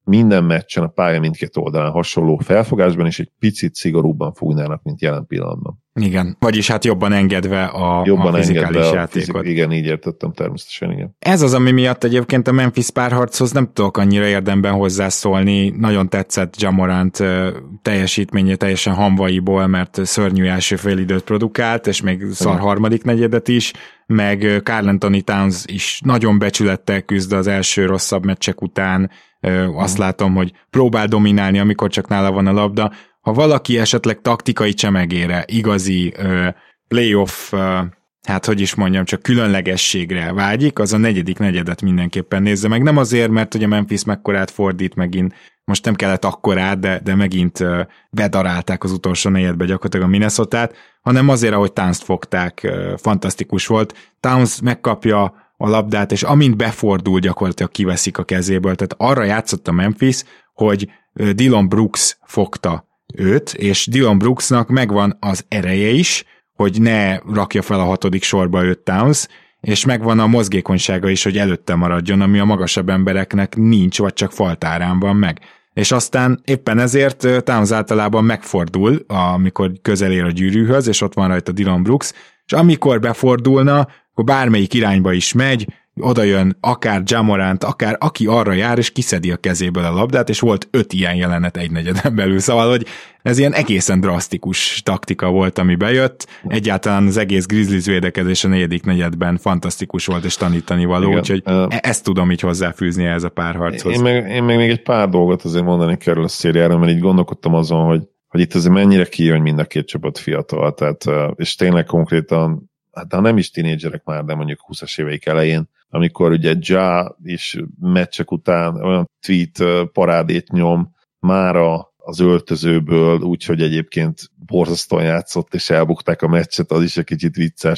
C: minden meccsen a pálya mindkét oldalán hasonló felfogásban, és egy picit szigorúbban fújnának, mint jelen pillanatban.
B: Igen, vagyis hát jobban engedve a,
C: jobban
B: a fizikális
C: engedve
B: játékot.
C: A fizik, igen, így értettem természetesen, igen.
B: Ez az, ami miatt egyébként a Memphis párharchoz nem tudok annyira érdemben hozzászólni. Nagyon tetszett Ja Morant teljesítménye teljesen hamvaiból, mert szörnyű első félidőt produkált, és még szar harmadik negyedet is, meg Karl Anthony Towns is nagyon becsülettel küzd az első rosszabb meccsek után. Azt látom, hogy próbál dominálni, amikor csak nála van a labda. Ha valaki esetleg taktikai csemegére, igazi uh, playoff, uh, hát hogy is mondjam, csak különlegességre vágyik, az a negyedik negyedet mindenképpen nézze meg. Nem azért, mert ugye Memphis mekkorát fordít megint, most nem kellett akkorát, de, de megint uh, bedarálták az utolsó negyedbe gyakorlatilag a Minnesotát, hanem azért, ahogy Towns-t fogták, uh, fantasztikus volt. Towns megkapja a labdát, és amint befordul, gyakorlatilag kiveszik a kezéből. Tehát arra játszott a Memphis, hogy uh, Dillon Brooks fogta őt, és Dillon Brooksnak megvan az ereje is, hogy ne rakja fel a hatodik sorba őt Towns, és megvan a mozgékonysága is, hogy előtte maradjon, ami a magasabb embereknek nincs, vagy csak faltárán van meg. És aztán éppen ezért Towns általában megfordul, amikor közel ér a gyűrűhöz, és ott van rajta Dillon Brooks, és amikor befordulna, akkor bármelyik irányba is megy, oda jön akár Ja Morant, akár aki arra jár, és kiszedi a kezéből a labdát, és volt öt ilyen jelenet egy negyeden belül, szóval, hogy ez ilyen egészen drasztikus taktika volt, ami bejött. Egyáltalán az egész Grizzlies védekezés a negyedik negyedben fantasztikus volt, és tanítani való, igen, úgyhogy uh, ezt tudom így hozzáfűzni ehhez a párharchoz.
C: Én meg, én meg még egy pár dolgot azért mondani kell a szériára, mert így gondolkodtam azon, hogy, hogy itt azért mennyire kijön mind a két csapat fiatal, tehát, és tényleg konkrétan, hát ha nem is tínédzserek már, de mondjuk húszas éveik elején, amikor ugye Ja is meccsek után olyan tweet parádét nyom mára az öltözőből, úgyhogy egyébként borzasztóan játszott, és elbukták a meccset, az is egy kicsit vicces.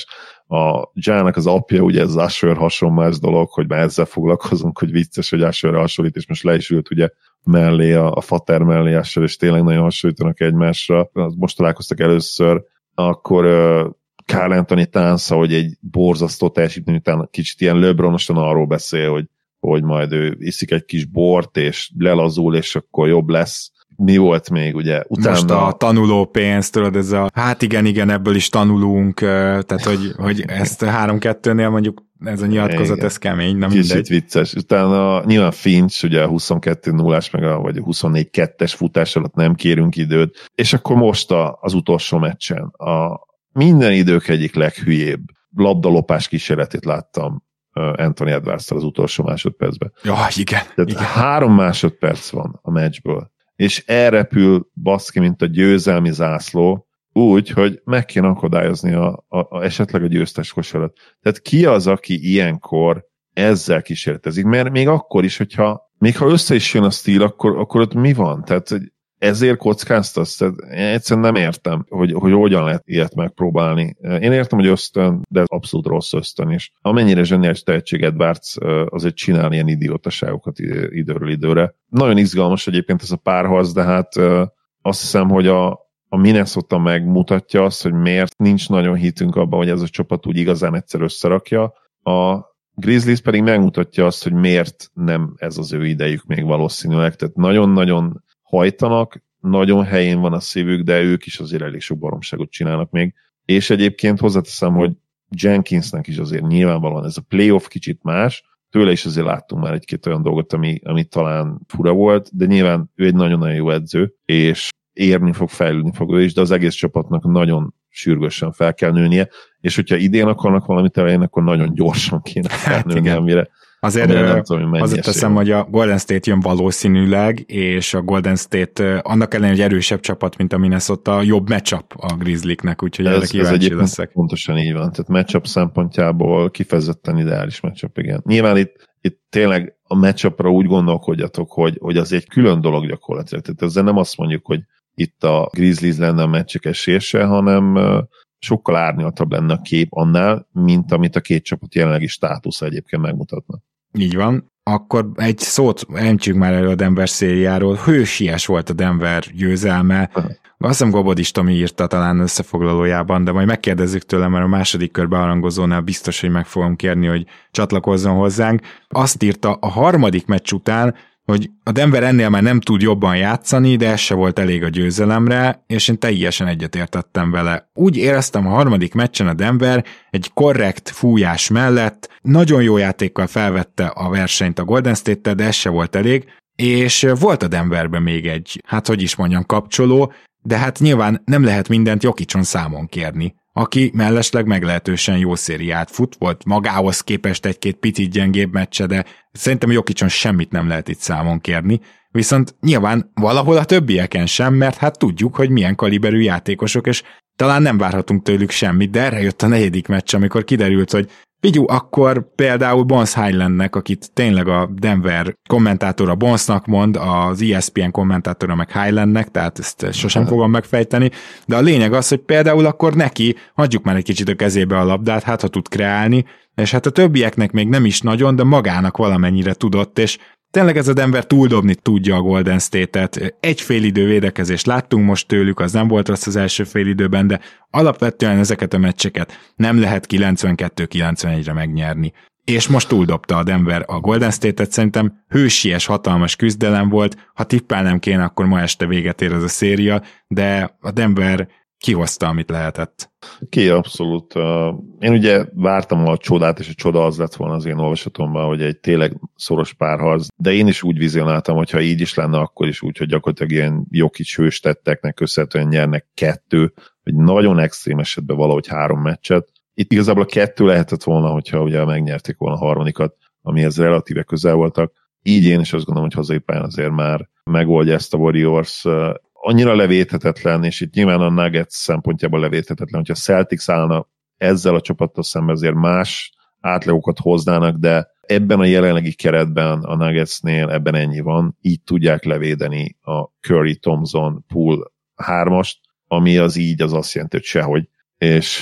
C: A Ja-nak az apja, ugye ez Usher hasonlás dolog, hogy már ezzel foglalkozunk, hogy vicces, hogy Usherre hasonlít, és most le is ült ugye mellé, a, a fater mellé Usher, és tényleg nagyon hasonlítanak egymásra. Most találkoztak először, akkor Karl Anthony Towns, hogy egy borzasztó teljesítmény után kicsit ilyen LeBronosan arról beszél, hogy, hogy majd ő iszik egy kis bort, és lelazul, és akkor jobb lesz. Mi volt még, ugye? Utána...
B: Most a tanulópénz, tudod, ez a hát igen, igen, ebből is tanulunk, tehát hogy, hogy ezt három-kettőnél mondjuk ez a nyilatkozat, igen, ez kemény, nem mindegy.
C: Kicsit vicces. Utána nyilván Finch, ugye a huszonkettő nullás, meg a, vagy a huszonnégy kettes futás alatt nem kérünk időt, és akkor most a, az utolsó meccsen a minden idők egyik leghülyébb labdalopás kísérletét láttam Anthony Edwards-tal az utolsó másodpercben.
B: Ja, igen.
C: Tehát
B: igen.
C: három másodperc van a meccsből, és elrepül baszki, mint a győzelmi zászló, úgy, hogy meg kéne akadályozni a, a, a, esetleg a győztes kosarat. Tehát ki az, aki ilyenkor ezzel kísérletezik? Mert még akkor is, hogyha még ha össze is jön a stíl, akkor, akkor ott mi van? Tehát ezért kockáztasz? Tehát egyszerűen nem értem, hogy, hogy hogyan lehet ilyet megpróbálni. Én értem, hogy ösztön, de ez abszolút rossz ösztön is. Amennyire zseniális tehetség Edwards azért csinál ilyen idiótaságokat időről időre. Nagyon izgalmas egyébként ez a párharc, de hát azt hiszem, hogy a, a Minnesota megmutatja azt, hogy miért nincs nagyon hitünk abban, hogy ez a csapat úgy igazán egyszer összerakja. A Grizzlies pedig megmutatja azt, hogy miért nem ez az ő idejük még valószínűleg. Tehát nagyon-nagyon hajtanak, nagyon helyén van a szívük, de ők is azért elég sok baromságot csinálnak még. És egyébként hozzáteszem, hogy Jenkinsnek is azért nyilvánvalóan ez a playoff kicsit más, tőle is azért láttunk már egy-két olyan dolgot, ami, ami talán fura volt, de nyilván ő egy nagyon-nagyon jó edző, és érni fog, fejlődni fog ő is, de az egész csapatnak nagyon sürgősen fel kell nőnie, és hogyha idén akarnak valamit elején, akkor nagyon gyorsan kéne felnőni, hát amire
B: Azért, nem tudom, hogy azért teszem, hogy a Golden State jön valószínűleg, és a Golden State annak ellenére, hogy erősebb csapat, mint a Minnesota, jobb matchup a Grizzlieknek, úgyhogy ez, erre kíváncsi leszek.
C: Pontosan így van, tehát matchup szempontjából kifejezetten ideális matchup, igen. Nyilván itt, itt tényleg a matchupra úgy gondolkodjatok, hogy, hogy az egy külön dolog gyakorlatilag, tehát ezzel nem azt mondjuk, hogy itt a Grizzlies lenne a meccsek esése, hanem sokkal árnyaltabb lenne a kép annál, mint amit a két csapat jelenlegi státusza egyébként megmutatna.
B: Így van. Akkor egy szót említsük már elő a Denver szériáról. Hősies volt a Denver győzelme. Uh-huh. Azt hiszem Gobodis Tomi írta talán összefoglalójában, de majd megkérdezzük tőle, mert a második kör beharangozónál biztos, hogy meg fogom kérni, hogy csatlakozzon hozzánk. Azt írta a harmadik meccs után, hogy a Denver ennél már nem tud jobban játszani, de ez se volt elég a győzelemre, és én teljesen egyetértettem vele. Úgy éreztem a harmadik meccsen a Denver egy korrekt fújás mellett, nagyon jó játékkal felvette a versenyt a Golden State-tel, de ez se volt elég, és volt a Denverben még egy, hát hogy is mondjam, kapcsoló, de hát nyilván nem lehet mindent Jokicson számon kérni, aki mellesleg meglehetősen jó szériát fut, volt magához képest egy-két picit gyengébb meccse, de szerintem Jokicson semmit nem lehet itt számon kérni, viszont nyilván valahol a többieken sem, mert hát tudjuk, hogy milyen kaliberű játékosok, és talán nem várhatunk tőlük semmit, de erre jött a negyedik meccs, amikor kiderült, hogy figyú, akkor például Bones Highlandnek, akit tényleg a Denver kommentátora Bonesnak mond, az E S P N kommentátora meg Highlandnek, tehát ezt sosem fogom megfejteni, de a lényeg az, hogy például akkor neki hagyjuk már egy kicsit a kezébe a labdát, hát ha tud kreálni, és hát a többieknek még nem is nagyon, de magának valamennyire tudott, és tényleg ez a Denver túldobni tudja a Golden State-et. Egy fél idő védekezést láttunk most tőlük, az nem volt rossz az első fél időben, de alapvetően ezeket a meccseket nem lehet kilencvenkettő kilencvenegyre megnyerni. És most túldobta a Denver a Golden State-et, szerintem hősies, hatalmas küzdelem volt, ha tippelnem kéne, akkor ma este véget ér ez a széria, de a Denver kihozta, amit lehetett.
C: Ki, abszolút. Én ugye vártam a csodát, és a csoda az lett volna az én olvasatomban, hogy egy tényleg szoros párharc, de én is úgy vizionáltam, hogy ha így is lenne, akkor is úgy, hogy gyakorlatilag ilyen Jokic hős tetteknek köszönhetően nyernek kettő, vagy nagyon extrém esetben valahogy három meccset. Itt igazából a kettő lehetett volna, hogyha ugye megnyerték volna a harmadikat, amihez relatíve közel voltak. Így én is azt gondolom, hogy hazai pályán azért már megoldja ezt a Warriors. Annyira levéthetetlen, és itt nyilván a Nuggets szempontjából levéthetetlen, hogyha a Celtics állna ezzel a csapattal szemben, azért más átlagokat hoznának, de ebben a jelenlegi keretben a Nuggetsnél ebben ennyi van, így tudják levédeni a Curry, Thompson, Poole hármast, ami az így az azt jelenti, hogy sehogy, és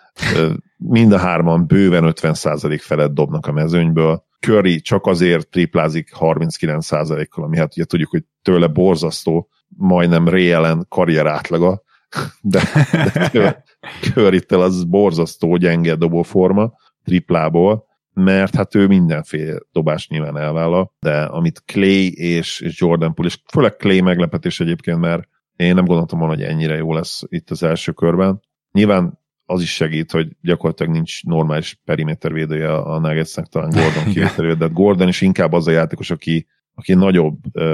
C: mind a hárman bőven ötven százalék felett dobnak a mezőnyből. Curry csak azért triplázik harminckilenc százalékkal, ami hát ugye tudjuk, hogy tőle borzasztó, majdnem Ray Allen karrier átlaga, de, de Curry-tel az borzasztó gyenge dobóforma triplából, mert hát ő mindenféle dobást nyilván elvállal, de amit Clay és, és Jordan Poole, és főleg Clay meglepetés egyébként, mert én nem gondoltam volna, hogy ennyire jó lesz itt az első körben. Nyilván az is segít, hogy gyakorlatilag nincs normális perimétervédője a Nuggetsnek, talán Gordon kivételével, de Gordon is inkább az a játékos, aki, aki nagyobb,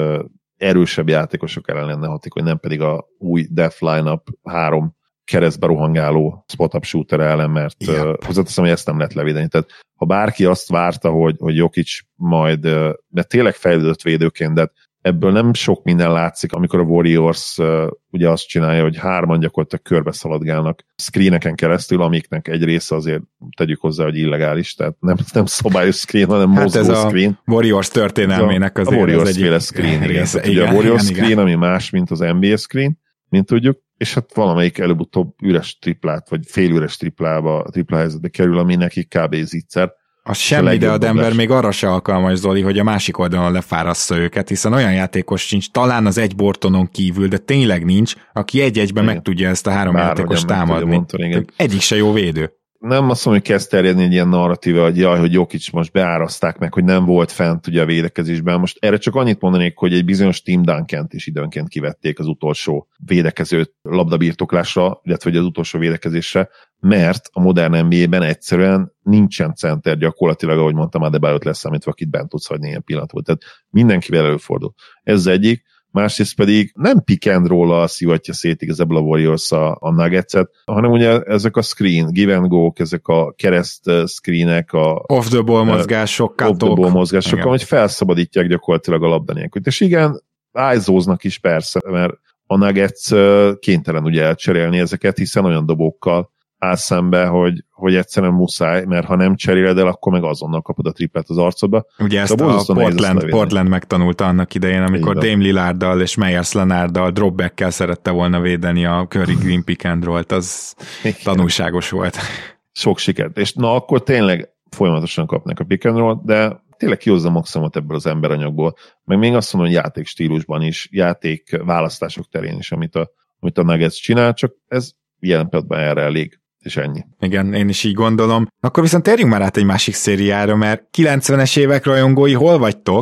C: erősebb játékosok ellen lenne hatékony, nem pedig a új Death Lineup három keresztbe rohangáló spot-up shooter ellen, mert uh, hozzáteszem, hogy ezt nem lehet levédeni. Tehát ha bárki azt várta, hogy, hogy Jokic majd, uh, mert tényleg fejlődött védőként, de ebből nem sok minden látszik, amikor a Warriors uh, ugye azt csinálja, hogy hárman gyakorlatilag körbe szaladgálnak screeneken keresztül, amiknek egy része azért tegyük hozzá, hogy illegális, tehát nem, nem szabályos screen, hanem hát mozgó
B: ez
C: screen.
B: A Warriors történelmének azért
C: a Warriors
B: az egyik
C: screen,
B: része.
C: Igen. Igen, a Warriors igen, screen, igen. Ami más, mint az N B A screen, mint tudjuk, és hát valamelyik előbb-utóbb üres triplát, vagy félüres triplába, tripla helyzetbe kerül, ami neki kb. Zicser.
B: Az semmi, de a Denver doblás. Még arra se alkalmas, Zoli, hogy a másik oldalon lefárassza őket, hiszen olyan játékos sincs, talán az egy Bortonon kívül, de tényleg nincs, aki egy-egyben meg tudja ezt a három Bár játékos támadni. Mondani, egyik se jó védő.
C: Nem azt mondom, hogy kezd terjedni egy ilyen narratíva, hogy jaj, hogy Jokic most beáraszták meg, hogy nem volt fent ugye a védekezésben. Most erre csak annyit mondanék, hogy egy bizonyos Tim Duncant is időnként kivették az utolsó védekezőt labdabirtoklásra, illetve az utolsó védekezésre, mert a modern N B A-ben egyszerűen nincsen center gyakorlatilag, ahogy mondtam, Adebayot leszámítva, akit bent tudsz hagyni ilyen pillanatban. Tehát mindenkivel előfordul. Ez az egyik. Másrészt pedig nem pick and roll-al szivatja szét igazából a Warriors a, a Nuggets-et, hanem ugye ezek a screen, give and go-k, ezek a kereszt screenek, a
B: off the ball mozgások,
C: off the ball mozgások, hogy felszabadítják gyakorlatilag a labda nélkül. És igen, ájzóznak is persze, mert a Nuggets kénytelen ugye elcserélni ezeket, hiszen olyan dobókkal áll szembe, hogy, hogy egyszerűen muszáj, mert ha nem cseréled el, akkor meg azonnal kapod a triplát az arcodba.
B: Ugye ezt a Portland, Portland megtanulta annak idején, amikor Dame Lillarddal és Meyers Leonarddal dropbackkel szerette volna védeni a Curry Green pick and roll-t, az igen. Tanulságos volt.
C: Sok sikert. És na akkor tényleg folyamatosan kapnak a pick and roll-t, de tényleg kihozza maximumot ebből az emberanyagból. Meg még azt mondom, hogy játékstílusban is, játék választások terén is, amit a, amit a Nuggets csinál, csak ez jelen pillanatban erre elég. És ennyi.
B: Igen, én is így gondolom. Akkor viszont térjünk már át egy másik szériára, mert kilencvenes évek rajongói, hol vagytok?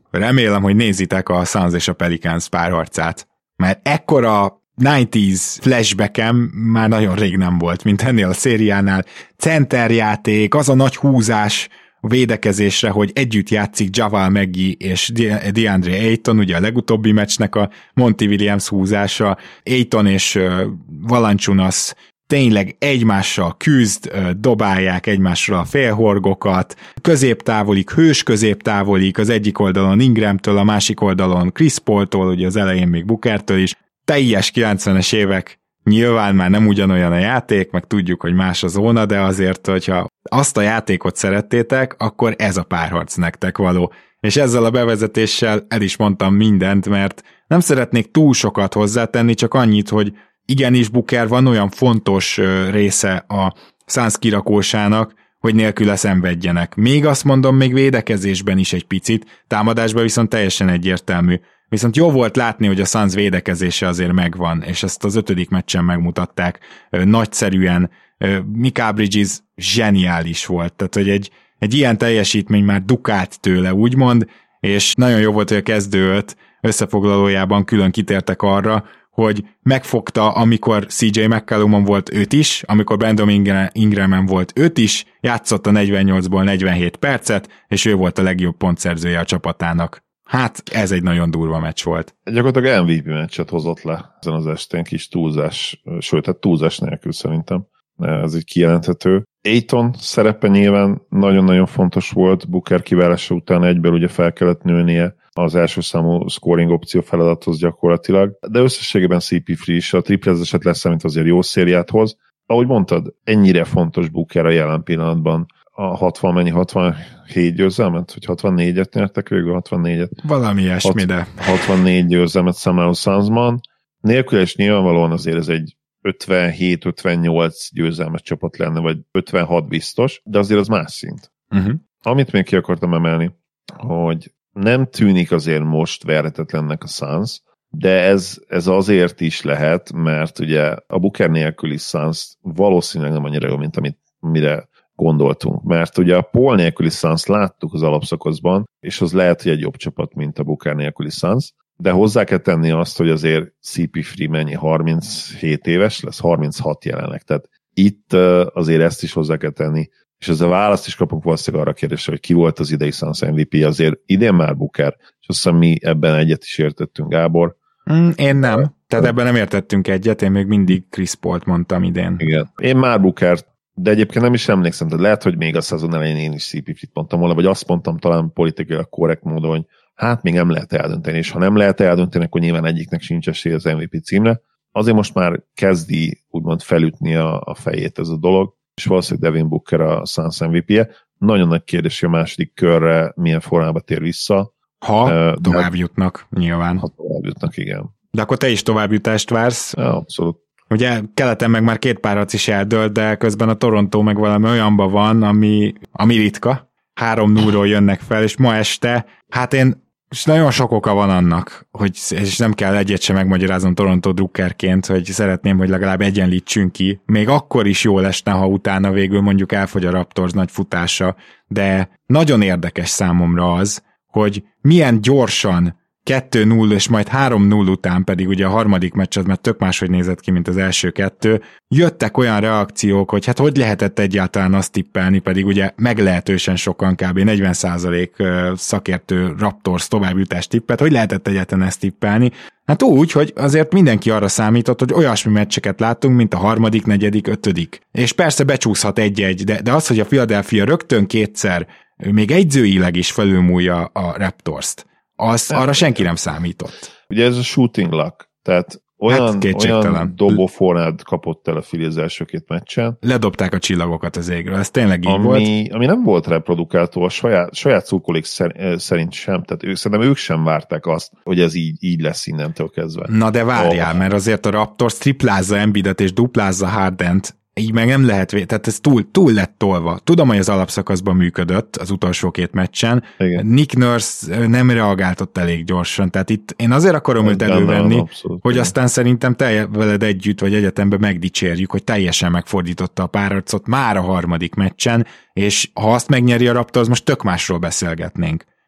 B: remélem, hogy nézitek a Suns és a Pelicans párharcát, mert ekkora kilencvenes flashbackem már nagyon rég nem volt, mint ennél a szériánál. Centerjáték, az a nagy húzás a védekezésre, hogy együtt játszik Javal McGee és DeAndre Ayton, ugye a legutóbbi meccsnek a Monty Williams húzása, Ayton és Valanciunas tényleg egymással küzd, dobálják egymásra a félhorgokat, középtávolik, hős középtávolik, az egyik oldalon Ingramtől, a másik oldalon Chris Paultól, ugye az elején még Bookertől is, teljes kilencvenes évek, nyilván már nem ugyanolyan a játék, meg tudjuk, hogy más a zóna, de azért, hogyha azt a játékot szerettétek, akkor ez a párharc nektek való. És ezzel a bevezetéssel el is mondtam mindent, mert nem szeretnék túl sokat hozzátenni, csak annyit, hogy igenis Booker van olyan fontos része a Suns kirakósának, hogy nélküle szenvedjenek. Még azt mondom, még védekezésben is egy picit, támadásban viszont teljesen egyértelmű. Viszont jó volt látni, hogy a Suns védekezése azért megvan, és ezt az ötödik meccsen megmutatták nagyszerűen. Mikal Bridges zseniális volt, tehát hogy egy, egy ilyen teljesítmény már dukált tőle, úgymond, és nagyon jó volt, hogy a kezdő öt összefoglalójában külön kitértek arra, hogy megfogta, amikor cé jé McCollumon volt őt is, amikor Brandon Ingramen volt őt is, játszott a negyvennyolcból negyvenhét percet, és ő volt a legjobb pontszerzője a csapatának. Hát ez egy nagyon durva meccs volt.
C: Gyakorlatilag em vé pé meccset hozott le ezen az estén, kis túlzás, sőt, hát túlzás nélkül szerintem. Ez így kijelenthető. Ayton szerepe nyilván nagyon-nagyon fontos volt, Booker kiválása után egyből ugye fel kellett nőnie az első számú scoring opció feladathoz gyakorlatilag, de összességében cé pé Free is a triplezeset leszámítva azért jó szériát hoz. Ahogy mondtad, ennyire fontos Booker a jelen pillanatban. A hatvan, mennyi, hatvanhét győzelmet, vagy hatvannégyet nyertek végül, hatvannégyet.
B: Valami ilyesmi, de.
C: hatvannégy győzelmet számláló Sunsban. Nélkül is nyilvánvalóan azért ez egy ötvenhét ötvennyolc győzelmes csapat lenne, vagy ötvenhat biztos, de azért az más szint. Uh-huh. Amit még ki akartam emelni, hogy nem tűnik azért most verhetetlennek a Suns, de ez, ez azért is lehet, mert ugye a Booker nélküli Suns valószínűleg nem annyira jó, mint amit mire gondoltunk, mert ugye a Paul nélküli Suns láttuk az alapszakaszban, és az lehet, hogy egy jobb csapat, mint a Booker nélküli Suns, de hozzá kell tenni azt, hogy azért cé pé Free mennyi, harminchét éves lesz, harminchat jelenleg, tehát itt azért ezt is hozzá kell tenni, és ezzel választ is kapunk valószínűleg arra a kérdésre, hogy ki volt az idei Suns em vé pé, azért idén már Booker, és azt hiszem mi ebben egyet is értettünk, Gábor.
B: Mm, én nem, tehát ebben nem értettünk egyet, én még mindig Chris Pault mondtam idén.
C: Igen, én már Bookert, de egyébként nem is emlékszem, tehát lehet, hogy még a szezon elején én is cé pé Free-t mondtam volna, vagy azt mondtam talán politikai korrekt módon, hogy hát még nem lehet eldönteni, és ha nem lehet eldönteni, akkor nyilván egyiknek sincs esélye az em vé pé címre. Azért most már kezdi úgymond felütni a, a fejét ez a dolog, és valószínűleg Devin Booker a Suns em vé pé-je. Nagyon nagy kérdés, hogy a második körre milyen formába tér vissza.
B: Ha uh, tovább jutnak, nyilván.
C: Ha tovább jutnak, igen.
B: De akkor te is továbbjutást vársz?
C: Ja, abszolút.
B: Ugye keleten meg már két párharc is eldőlt, de közben a Toronto meg valami olyanban van, ami, ami ritka. három nullról jönnek fel, és ma este, hát én, és nagyon sok oka van annak, hogy, és nem kell egyet sem megmagyaráznom Toronto drukkerként, hogy szeretném, hogy legalább egyenlítsünk ki. Még akkor is jól esne, ha utána végül mondjuk elfogy a Raptors nagy futása, de nagyon érdekes számomra az, hogy milyen gyorsan kettő null és majd három null után pedig ugye a harmadik meccs az már tök máshogy nézett ki, mint az első kettő, jöttek olyan reakciók, hogy hát hogy lehetett egyáltalán azt tippelni, pedig ugye meglehetősen sokan, kb. negyven százalék szakértő Raptors továbbjutást tippelt, hogy lehetett egyáltalán ezt tippelni. Hát úgy, hogy azért mindenki arra számított, hogy olyasmi meccseket láttunk, mint a harmadik, negyedik, ötödik. És persze becsúszhat egy-egy, de, de az, hogy a Philadelphia rögtön kétszer, még egyzőileg is felülmúlja a Raptorst, az arra senki nem számított.
C: Ugye ez a shooting luck, tehát olyan, hát olyan dobófornád kapott el a Philly az első két meccsen.
B: Ledobták a csillagokat az égről, ez tényleg így
C: ami,
B: volt.
C: Ami nem volt reprodukáltó a saját, saját szurkolók szerint sem, tehát ők, szerintem ők sem várták azt, hogy ez így, így lesz innentől kezdve.
B: Na de várjál, oh. mert azért a Raptors triplázza Embiidet és duplázza Hardent, így meg nem lehet, vé- tehát ez túl, túl lett tolva. Tudom, hogy az alapszakaszban működött az utolsó két meccsen. Igen. Nick Nurse nem reagáltott elég gyorsan, tehát itt én azért akarom őt elővenni, abszolút, hogy igen. Aztán szerintem te veled együtt vagy egyetemben megdicsérjük, hogy teljesen megfordította a párharcot már a harmadik meccsen, és ha azt megnyeri a Raptors, most tök másról beszélgetnénk.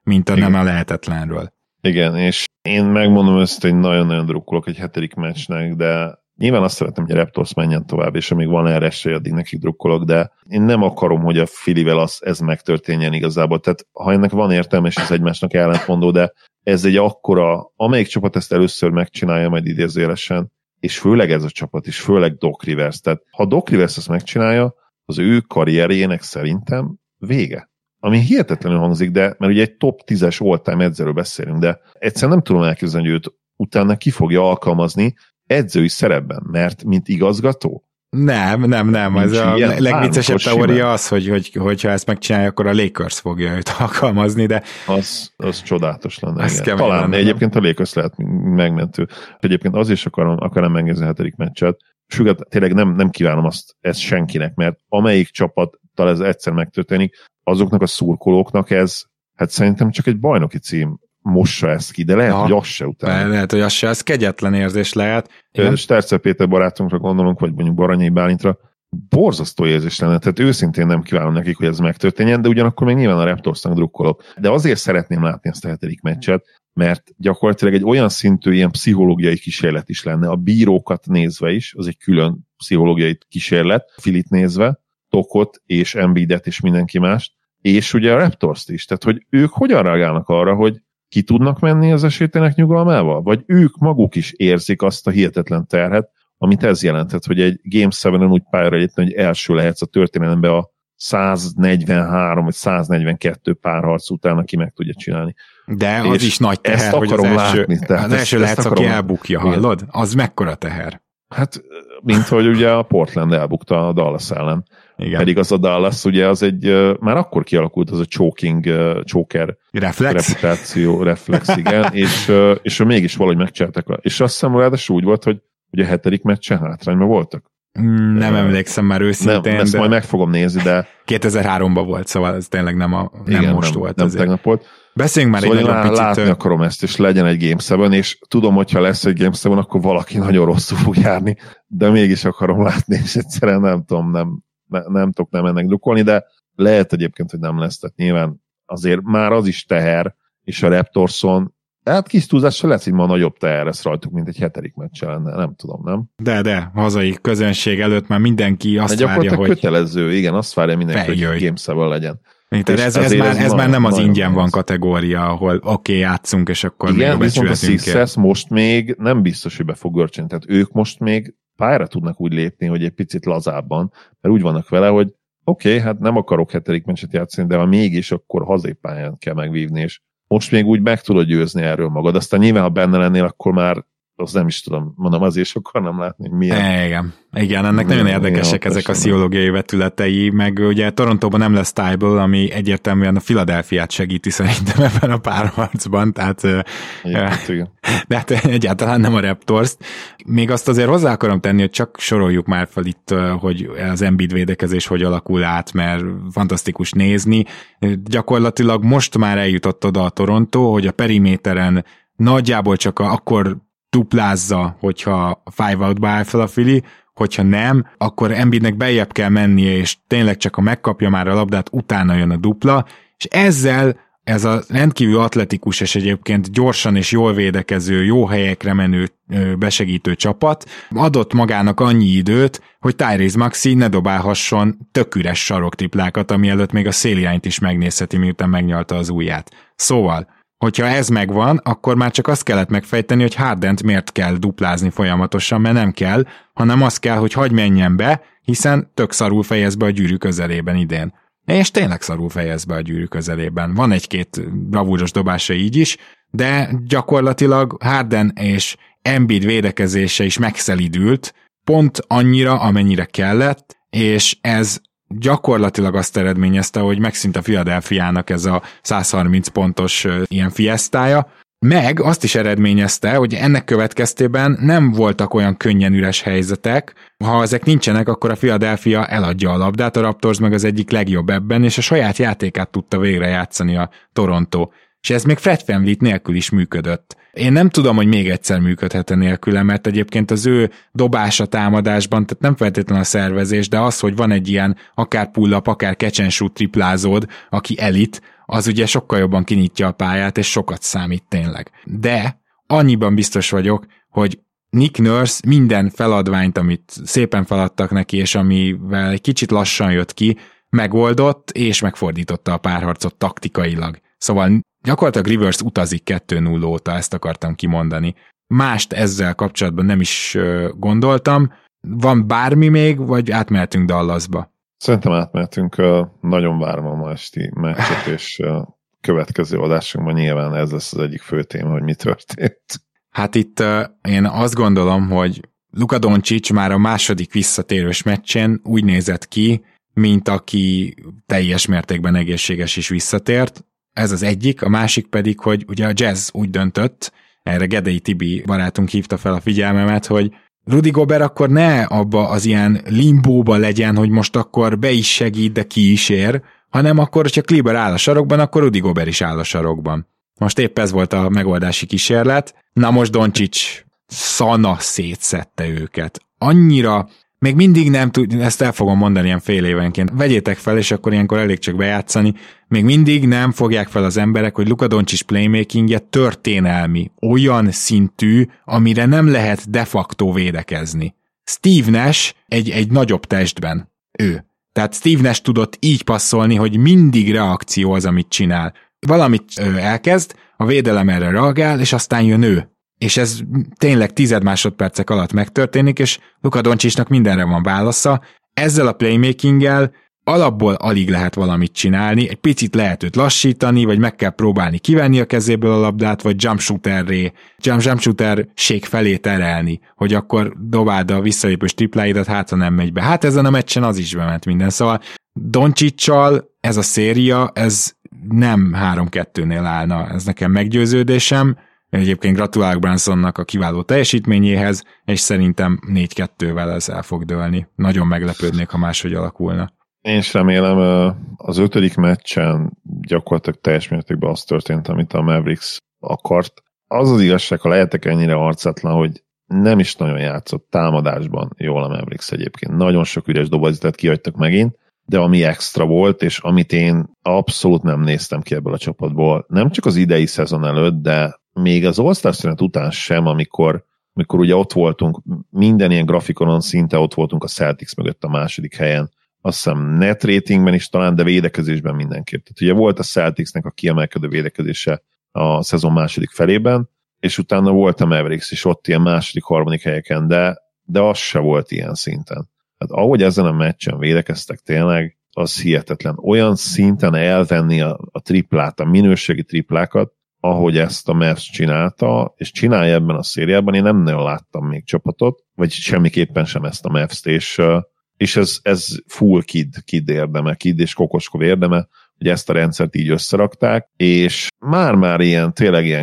B: mint a
C: Igen.
B: nem a lehetetlenről.
C: Igen, és én megmondom ezt, hogy nagyon-nagyon drukkolok egy hetedik meccsnek, de nyilván azt szeretem, hogy a Raptors menjen tovább, és amíg van erre esély, addig nekik drukkolok, de én nem akarom, hogy a Phillyvel az, ez megtörténjen igazából. Tehát ha ennek van értelme, és ez egymásnak ellentmondó, de ez egy akkora, amelyik csapat ezt először megcsinálja, majd idézőjelesen, és főleg ez a csapat, és főleg Doc Rivers. Tehát ha Doc Rivers ezt megcsinálja, az ő karrierjének szerintem vége. Ami hihetetlenül hangzik, de mert ugye egy top tízes all-time edzőről beszélünk, de egyszerűen nem tudom elképzelni, hogy őt utána ki fogja alkalmazni edzői szerepben, mert mint igazgató?
B: Nem, nem, nem. Ez a
C: ilyen,
B: legviccesebb teória
C: simán.
B: az, hogy, hogy, hogyha ezt megcsinálja, akkor a Lakers fogja őt alkalmazni, de...
C: Az, az csodálatos lenne.
B: Az
C: Igen. Talán
B: lenne,
C: egyébként a Lakers lehet megmentő. Egyébként azért is akarom, akarom megnézni a hetedik meccset, Sügat, tényleg nem, nem kívánom azt ezt senkinek, mert amelyik csapattal ez egyszer megtörténik, azoknak a szurkolóknak ez, hát szerintem csak egy bajnoki cím mossa ezt ki, de lehet, ja, hogy az se utána.
B: Lehet, hogy az se, ez kegyetlen érzés lehet.
C: Sterce Péter barátunkra gondolunk, vagy mondjuk Baranyai Bálintra, borzasztó érzés lenne, tehát őszintén nem kívánom nekik, hogy ez megtörténjen, de ugyanakkor még nyilván a Raptorsnak drukkolok. De azért szeretném látni ezt a hetedik meccset, mert gyakorlatilag egy olyan szintű ilyen pszichológiai kísérlet is lenne, a bírókat nézve is, az egy külön pszichológiai kísérlet, Filit nézve, Tokot és Embiidet és mindenki mást, és ugye a Raptors-t is, tehát hogy ők hogyan reagálnak arra, hogy ki tudnak menni az esélytének nyugalmával? Vagy ők maguk is érzik azt a hihetetlen terhet, amit ez jelentett, hogy egy Game heten úgy pályára lépni, hogy első lehetsz a történelemben a száznegyvenhárom vagy száznegyvenkettő párharc után, aki meg tudja csinálni.
B: De az és is nagy teher, hogy az első, látni, az ezt, első lehetsz, aki elbukja, hallod? Az mekkora teher?
C: Hát, mint hogy ugye a Portland elbukta a Dallas ellen. Igen. Pedig az a Dallas ugye az egy, már akkor kialakult az a choking, choker
B: reflex?
C: reputáció, reflex, igen, és, és mégis valahogy megcsináltak. És azt hiszem, ráadásul úgy volt, hogy ugye a hetedik meccsen hátrányban voltak.
B: Nem uh, emlékszem már őszintén.
C: Nem, ezt
B: de...
C: majd meg fogom nézni, de...
B: kétezer-háromban volt, szóval ez tényleg nem, a, nem
C: igen,
B: most
C: nem,
B: volt.
C: Nem
B: azért.
C: tegnap volt.
B: Beszéljünk már
C: szóval
B: egy nagyon picit.
C: Látni akarom ezt, és legyen egy Game hét, és tudom, hogyha lesz egy Game hét, akkor valaki nagyon rosszul fog járni, de mégis akarom látni, és egyszerűen nem tudom, nem, ne, nem tudok nem ennek drukkolni, de lehet egyébként, hogy nem lesz, tehát nyilván azért már az is teher, és a Raptorson hát kis túlzással lesz, hogy ma nagyobb teher lesz rajtuk, mint egy hetedik meccse lenne, nem tudom, nem?
B: De, de, hazai közönség előtt már mindenki azt várja, hogy...
C: kötelező, igen, azt várja mindenki,
B: feljöjj.
C: hogy Game heten legyen.
B: Tehát ez, ez, már, ez, ez már nem az ingyen van kategória, ahol oké, okay, játszunk, és akkor
C: igen,
B: még
C: viszont a Sixers most még nem biztos, hogy be fog görcseni. Tehát ők most még pályára tudnak úgy lépni, hogy egy picit lazábban, mert úgy vannak vele, hogy oké, okay, hát nem akarok hetedik meccset játszani, de ha mégis, akkor hazai pályán kell megvívni, és most még úgy meg tudod győzni erről magad. Aztán nyilván, ha benne lennél, akkor már az nem is tudom, mondom, azért is akarnám látni, milyen...
B: Igen, igen, ennek milyen, nagyon érdekesek ezek a pszichológiai vetületei, meg ugye Torontóban nem lesz Tybal, ami egyértelműen a Philadelphiát segíti szerintem ebben a párharcban, tehát
C: igen, igen.
B: de hát egyáltalán nem a Raptors-t. Még azt azért hozzá akarom tenni, hogy csak soroljuk már fel itt, hogy az Embiid védekezés hogy alakul át, mert fantasztikus nézni. Gyakorlatilag most már eljutott oda a Toronto, hogy a periméteren nagyjából csak a, akkor duplázza, hogyha five outba áll fel a Philly, hogyha nem, akkor Embiidnek beljebb kell mennie, és tényleg csak ha megkapja már a labdát, utána jön a dupla, és ezzel ez a rendkívül atletikus és egyébként gyorsan és jól védekező, jó helyekre menő, besegítő csapat adott magának annyi időt, hogy Tyrese Maxey ne dobálhasson tök üres saroktriplákat, ami előtt még a szélirányt is megnézheti, miután megnyalta az ujját. Szóval hogyha ez megvan, akkor már csak azt kellett megfejteni, hogy Hardent miért kell duplázni folyamatosan, mert nem kell, hanem az kell, hogy hagyj menjen be, hiszen tök szarul fejez be a gyűrű közelében idén. És tényleg szarul fejez be a gyűrű közelében. Van egy-két bravúros dobása így is, de gyakorlatilag Harden és Embiid védekezése is megszelidült, pont annyira, amennyire kellett, és ez gyakorlatilag azt eredményezte, hogy megszűnt a Philadelphiának ez a száz harminc pontos uh, ilyen fiesztája, meg azt is eredményezte, hogy ennek következtében nem voltak olyan könnyen üres helyzetek, ha ezek nincsenek, akkor a Philadelphia eladja a labdát, a Raptors meg az egyik legjobb ebben, és a saját játékát tudta végre játszani a Toronto. És ez még Fred VanVleet nélkül is működött. Én nem tudom, hogy még egyszer működhet nélküle, mert egyébként az ő dobása támadásban, tehát nem feltétlenül a szervezés, de az, hogy van egy ilyen akár pull-up, akár catch and shoot triplázód, aki elit, az ugye sokkal jobban kinyitja a pályát, és sokat számít tényleg. De annyiban biztos vagyok, hogy Nick Nurse minden feladványt, amit szépen feladtak neki, és amivel egy kicsit lassan jött ki, megoldott, és megfordította a párharcot taktikailag. Szóval gyakorlatilag Rivers utazik kettő null óta, ezt akartam kimondani. Mást ezzel kapcsolatban nem is gondoltam. Van bármi még, vagy átmehetünk Dallasba?
C: Szerintem átmehetünk. Nagyon várom a ma esti meccset, és következő adásunkban nyilván ez lesz az egyik fő téma, hogy mi történt.
B: Hát itt uh, én azt gondolom, hogy Luka Doncic már a második visszatérős meccsen úgy nézett ki, mint aki teljes mértékben egészséges is visszatért. Ez az egyik, a másik pedig, hogy ugye a Jazz úgy döntött, erre Gedei Tibi barátunk hívta fel a figyelmemet, hogy Rudy Gobert akkor ne abba az ilyen limbóba legyen, hogy most akkor be is segít, de ki is ér, hanem akkor, hogyha Kleber áll a sarokban, akkor Rudy Gobert is áll a sarokban. Most épp ez volt a megoldási kísérlet. Na most Doncic szana szétszette őket. Annyira, még mindig nem tud, ezt el fogom mondani ilyen fél évenként, vegyétek fel, és akkor ilyenkor elég csak bejátszani, még mindig nem fogják fel az emberek, hogy Luka Doncic playmakingje történelmi, olyan szintű, amire nem lehet de facto védekezni. Steve Nash egy, egy nagyobb testben, ő. Tehát Steve Nash tudott így passzolni, hogy mindig reakció az, amit csinál. Valamit elkezd, a védelem erre reagál, és aztán jön ő. És ez tényleg tized másodpercek alatt megtörténik, és Luka Doncicnak mindenre van válasza. Ezzel a playmakinggel alapból alig lehet valamit csinálni, egy picit lehet őt lassítani, vagy meg kell próbálni kivenni a kezéből a labdát, vagy jump shooterré, jump, jump shooter-ség felé terelni, hogy akkor dobáld a visszalépős tripláidat, hát ha nem megy be. Hát ezen a meccsen az is bement minden. Szóval Donciccal ez a széria, ez nem három kettőnél állna, ez nekem meggyőződésem. Egyébként gratulálok Brunsonnak a kiváló teljesítményéhez, és szerintem négy kettővel ez el fog dőlni. Nagyon meglepődnék, ha máshogy alakulna.
C: Én is remélem, az ötödik meccsen gyakorlatilag teljes mértékben az történt, amit a Mavericks akart. Az az igazság, ha lehetek ennyire arcátlan, hogy nem is nagyon játszott támadásban jól a Mavericks egyébként. Nagyon sok üres dobozitát kihagytak megint, de ami extra volt, és amit én abszolút nem néztem ki ebből a csapatból, nem csak az idei szezon előtt, de még az All-Star szünet után sem, amikor, amikor ugye ott voltunk, minden ilyen grafikonon szinte ott voltunk a Celtics mögött a második helyen, azt hiszem net ratingben is talán, de védekezésben mindenképp. Tehát ugye volt a Celticsnek a kiemelkedő védekezése a szezon második felében, és utána volt a Mavericks is ott ilyen második, harmadik helyeken, de, de az se volt ilyen szinten. Hát ahogy ezen a meccsen védekeztek tényleg, az hihetetlen. Olyan szinten elvenni a, a triplát, a minőségi triplákat, ahogy ezt a Mavs csinálta, és csinálja ebben a szériában, én nem nagyon láttam még csapatot, vagy semmiképpen sem ezt a Mavs-t, és, és ez, ez full kid, kid érdeme, kid és Kokoskov érdeme, hogy ezt a rendszert így összerakták, és már-már ilyen, tényleg ilyen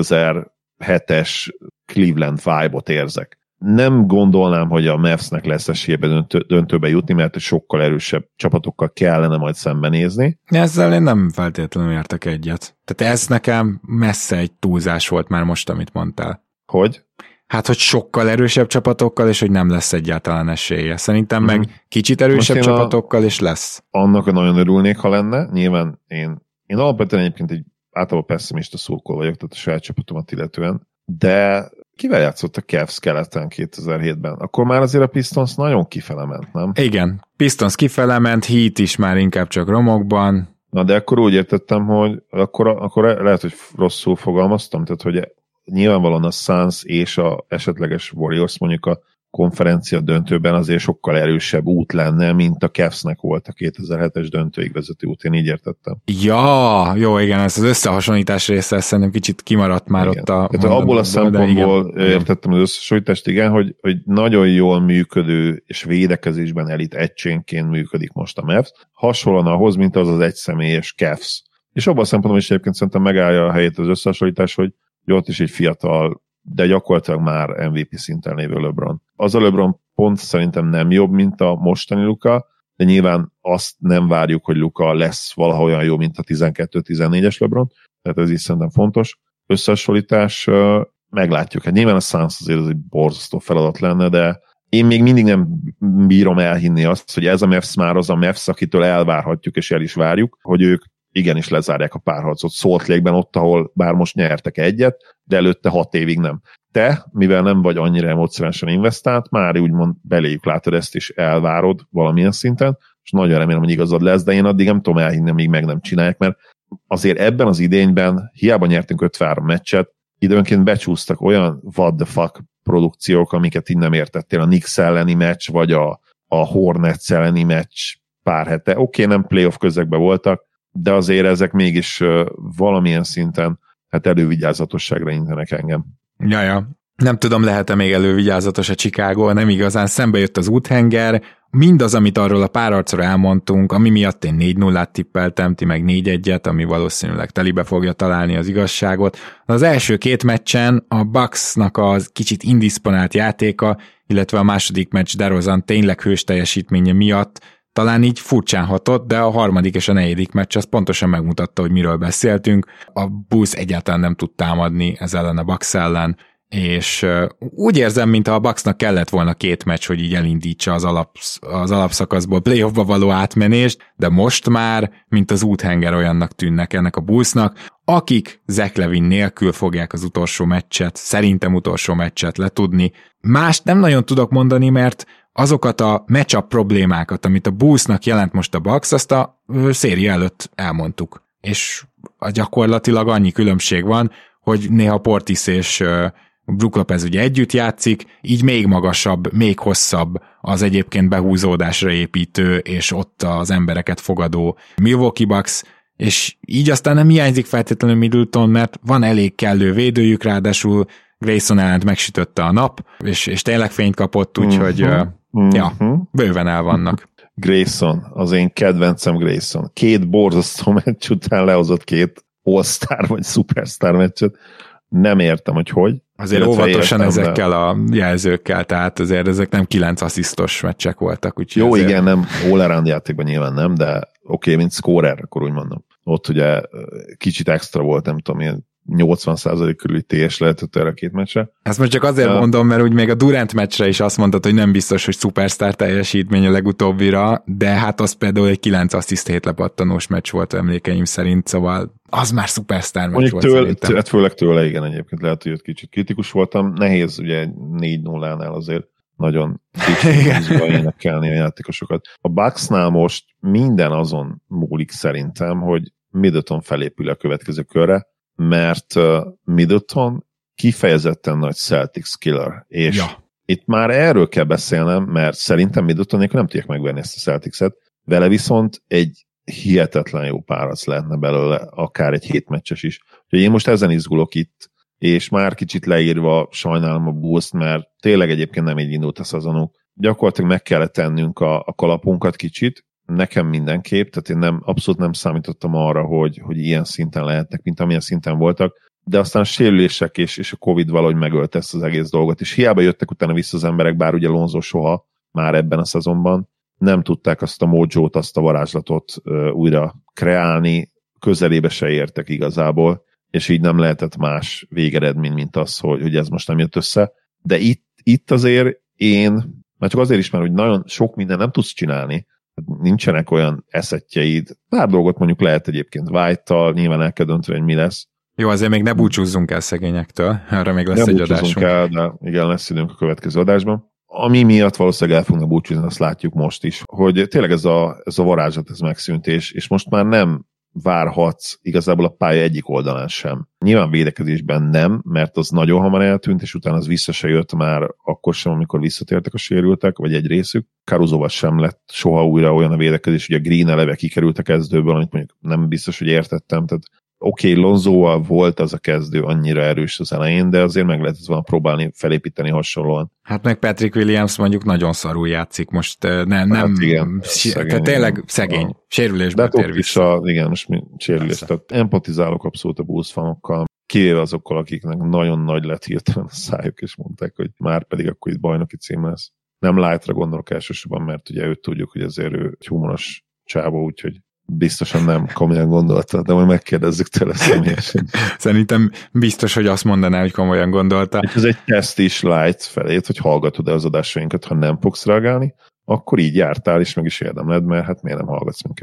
C: kétezer-hetes Cleveland vibe-ot érzek. Nem gondolnám, hogy a Mavsnek lesz esélye döntő, döntőbe jutni, mert sokkal erősebb csapatokkal kellene majd szembenézni.
B: Ezzel én nem feltétlenül értek egyet. Tehát ez nekem messze egy túlzás volt már most, amit mondtál.
C: Hogy?
B: Hát, hogy sokkal erősebb csapatokkal, és hogy nem lesz egyáltalán esélye. Szerintem mm. meg kicsit erősebb csapatokkal, a... és lesz.
C: Annak nagyon örülnék, ha lenne. Nyilván én, én alapvetően egyébként egy általában pessimista szurkol vagyok, tehát a saját csapatomat illetően, de kivel játszott a Cavs keleten kétezer-hétben? Akkor már azért a Pistons nagyon kifele ment, nem?
B: Igen, Pistons kifele ment, Heat is már inkább csak romokban.
C: Na de akkor úgy értettem, hogy akkor, akkor lehet, hogy rosszul fogalmaztam, tehát hogy nyilvánvalóan a Suns és a esetleges Warriors mondjuk a konferencia döntőben azért sokkal erősebb út lenne, mint a Cavsnek volt a kétezer-hetes döntőig vezető út, én így értettem.
B: Ja, jó, igen, ez az összehasonlítás része szerintem kicsit kimaradt már igen. Ott a...
C: Tehát abból a szempontból értettem az összehasonlítást, igen, hogy, hogy nagyon jól működő és védekezésben elit egységként működik most a Mavs, hasonlóan ahhoz, mint az az egyszemélyes Cavs. És abban a szempontból is egyébként szerintem megállja a helyét az összehasonlítás, hogy ott is egy fiatal, de gyakorlatilag már em vé pé szinten lévő LeBron. Az a LeBron pont szerintem nem jobb, mint a mostani Luka, de nyilván azt nem várjuk, hogy Luka lesz valaha olyan jó, mint a tizenkettő-tizennégyes LeBron, tehát ez is szerintem fontos. Összehasonlítás, meglátjuk. Hát nyilván a Suns azért az egy borzasztó feladat lenne, de én még mindig nem bírom elhinni azt, hogy ez a Mavs már az a Mavs, akitől elvárhatjuk és el is várjuk, hogy ők igenis lezárják a párharcot. Salt Lake-ben ott, ahol bár most nyertek egyet, de előtte hat évig nem. Te, mivel nem vagy annyira emocionálisan investált, már úgymond beléjük látod ezt, és elvárod valamilyen szinten, és nagyon remélem, hogy igazad lesz, de én addig nem tudom elhinni, amíg meg nem csinálják, mert azért ebben az idényben hiába nyertünk ötvenhárom meccset, időnként becsúsztak olyan what the fuck produkciók, amiket így nem értettél. A Knicks elleni meccs, vagy a, a Hornets elleni meccs pár hete. Oké, okay, nem playoff közegben voltak, de azért ezek mégis uh, valamilyen szinten hát elővigyázatosságra intenek engem.
B: Jaja. Nem tudom, lehet-e még elővigyázatos a Chicago, nem igazán, szembe jött az úthenger, mindaz, amit arról a párharcra elmondtunk, ami miatt én négy nullát tippeltem, ti meg négy egyet, ami valószínűleg telibe fogja találni az igazságot. Az első két meccsen a Bucksnak az kicsit indisponált játéka, illetve a második meccs DeRozan tényleg hős teljesítménye miatt talán így furcsán hatott, de a harmadik és a negyedik meccs az pontosan megmutatta, hogy miről beszéltünk. A Bulls egyáltalán nem tud támadni ez ellen a Bucks ellen, és úgy érzem, mintha a Bucksnak kellett volna két meccs, hogy így elindítsa az, alap, az alapszakaszból playoffba való átmenést, de most már, mint az úthenger olyannak tűnnek ennek a Bullsnak, akik Zach Levin nélkül fogják az utolsó meccset, szerintem utolsó meccset letudni. Mást nem nagyon tudok mondani, mert azokat a matchup problémákat, amit a Bullsnak jelent most a Bucks, azt a széria előtt elmondtuk. És a gyakorlatilag annyi különbség van, hogy néha Portis és Brook Lopez ugye együtt játszik, így még magasabb, még hosszabb az egyébként behúzódásra építő, és ott az embereket fogadó Milwaukee Bucks, és így aztán nem hiányzik feltétlenül Middleton, mert van elég kellő védőjük, ráadásul Grayson ellent megsütötte a nap, és, és tényleg fényt kapott, úgyhogy uh-huh. ja, bőven el vannak.
C: Grayson, az én kedvencem Grayson. Két borzasztó meccs után lehozott két All-Star vagy Superstar meccset. Nem értem, hogy hogy.
B: Azért óvatosan ezekkel de... a jelzőkkel, tehát azért ezek nem kilenc asszisztos meccsek voltak.
C: Jó,
B: azért...
C: igen, nem all-around játékban nyilván nem, de oké, okay, mint scorer, akkor úgy mondom. Ott ugye kicsit extra volt, nem tudom, ilyen nyolcvan százalék körüli té es lehetett erre a két meccsre.
B: Ezt most csak azért ja. mondom, mert úgy még a Durant meccsre is azt mondtad, hogy nem biztos, hogy szupersztár teljesítmény a legutóbbira, de hát az például egy kilenc assziszt hét lepattanós meccs volt emlékeim szerint, szóval az már szupersztár meccs volt
C: tőle,
B: szerintem.
C: Hát főleg tőle, igen, egyébként lehet, hogy ott kicsit kritikus voltam. Nehéz ugye négy nullánál azért nagyon kicsit énekelni a játékosokat. A Bucksnál most minden azon múlik szerintem, hogy Middleton felépül a következő körre, mert Middleton kifejezetten nagy Celtics killer, és ja. itt már erről kell beszélnem, mert szerintem Middleton nélkül nem tudják megverni ezt a Celticset, vele viszont egy hihetetlen jó párac lehetne belőle, akár egy hétmeccses is. Úgyhogy én most ezen izgulok itt, és már kicsit leírva sajnálom a Bulls-t, mert tényleg egyébként nem így indult a szezonunk. Gyakorlatilag meg kellett tennünk a, a kalapunkat kicsit, nekem mindenképp, tehát én nem, abszolút nem számítottam arra, hogy, hogy ilyen szinten lehetnek, mint amilyen szinten voltak, de aztán a sérülések és, és a Covid valahogy megölt ezt az egész dolgot, és hiába jöttek utána vissza az emberek, bár ugye Lonzo soha már ebben a szezonban, nem tudták azt a mojót, azt a varázslatot uh, újra kreálni, közelébe se értek igazából, és így nem lehetett más végeredmény, mint az, hogy, hogy ez most nem jött össze, de itt, itt azért én, már csak azért is, mert hogy nagyon sok minden nem tudsz csinálni, nincsenek olyan eszettjeid. Pár dolgot mondjuk lehet egyébként White-tal, nyilván el kell dönteni, hogy mi lesz.
B: Jó, azért még ne búcsúzzunk el szegényektől, arra még lesz
C: ne
B: egy adásunk.
C: El, de igen, lesz időnk a következő adásban. Ami miatt valószínűleg el fognak búcsúzni, azt látjuk most is, hogy tényleg ez a, ez a varázslat, ez megszűnt, és, és most már nem várhatsz igazából a pálya egyik oldalán sem. Nyilván védekezésben nem, mert az nagyon hamar eltűnt, és utána az vissza se jött már akkor sem, amikor visszatértek a sérültek, vagy egy részük. Carusoval sem lett soha újra olyan a védekezés, hogy a Green eleve kikerült a kezdőből, amit mondjuk nem biztos, hogy értettem. Tehát oké, okay, Lonzoval volt az a kezdő annyira erős az elején, de azért meg lehetett volna próbálni felépíteni hasonlóan.
B: Hát meg Patrick Williams mondjuk nagyon szarul játszik most, nem, nem hát igen, si- szegény, tehát tényleg igen. szegény, a... sérülésből tér vissza.
C: A, igen, most mi sérülés, tehát empatizálok abszolút a Bulls fanokkal, kivéve azokkal, akiknek nagyon nagy lett hirtelen a szájuk, és mondták, hogy már pedig akkor itt bajnoki cím lesz. Nem Lightra gondolok elsősorban, mert ugye őt tudjuk, hogy azért ő egy humoros csávó, úgyhogy biztosan nem komolyan gondolta, de majd megkérdezzük tőle személyesen.
B: Szerintem biztos, hogy azt mondaná, hogy komolyan gondolta.
C: Ez egy teszt is Light felét, hogy hallgatod-e az adásainkat, ha nem fogsz reagálni, akkor így jártál, és meg is érdemled, mert hát miért nem hallgatsz minket.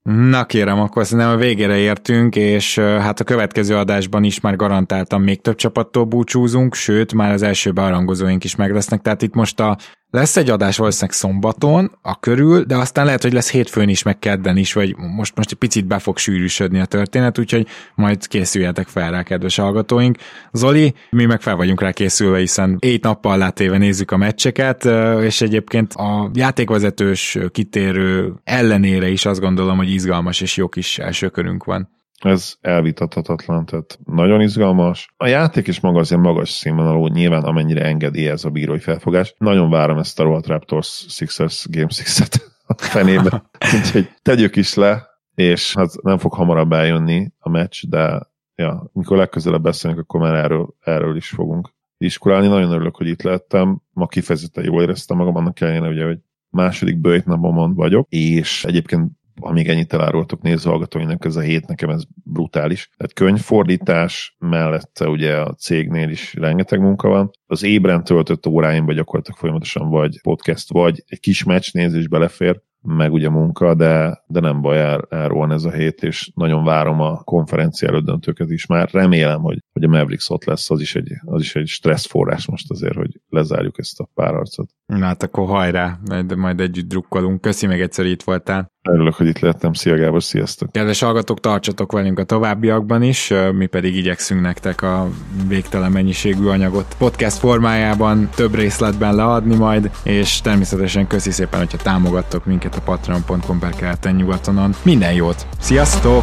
B: Na kérem, akkor szerintem a végére értünk, és hát a következő adásban is már garantáltan még több csapattól búcsúzunk, sőt, már az első bearangozóink is meg lesznek, tehát itt most a lesz egy adás valószínűleg szombaton, a körül, de aztán lehet, hogy lesz hétfőn is, meg kedden is, vagy most, most egy picit be fog sűrűsödni a történet, úgyhogy majd készüljetek fel rá, kedves hallgatóink. Zoli, mi meg fel vagyunk rá készülve, hiszen hét nappal látéve nézzük a meccseket, és egyébként a játékvezetős kitérő ellenére is azt gondolom, hogy izgalmas és jó kis első körünk van.
C: Ez elvitathatatlan, tehát nagyon izgalmas. A játék is maga azért magas színvonalú, nyilván amennyire engedi ez a bírói felfogás. Nagyon várom ezt a rohadt Raptors Sixers Game hatot a fenébe. Úgyhogy tegyük is le, és hát nem fog hamarabb eljönni a meccs, de ja, mikor legközelebb beszélünk, akkor már erről, erről is fogunk iskolálni. Nagyon örülök, hogy itt lettem. Ma kifejezetten jól éreztem magam, annak ellenére, ugye, hogy második bőjt napomon vagyok, és egyébként ha még ennyit elárultok nézőhallgatóinak, ez a hét nekem ez brutális. Tehát könyvfordítás mellette ugye a cégnél is rengeteg munka van. Az ébren töltött óráimban gyakorlatilag folyamatosan vagy podcast, vagy egy kis meccsnézés belefér, meg ugye munka, de, de nem baj, el, elrohan ez a hét, és nagyon várom a konferencia elődöntőket is már. Remélem, hogy, hogy a Mavericks ott lesz, az is egy, az is egy stresszforrás most azért, hogy lezárjuk ezt a párharcot.
B: Na hát akkor hajrá, majd, majd együtt drukkolunk. Köszi még egyszer, itt voltál.
C: Örülök, hogy itt lettem. Szia Gábor, sziasztok!
B: Kedves hallgatók, tartsatok velünk a továbbiakban is, mi pedig igyekszünk nektek a végtelen mennyiségű anyagot podcast formájában, több részletben leadni majd, és természetesen köszi szépen, hogyha támogattok minket a patreon pont com per keleten nyugatonon. Minden jót! Sziasztok!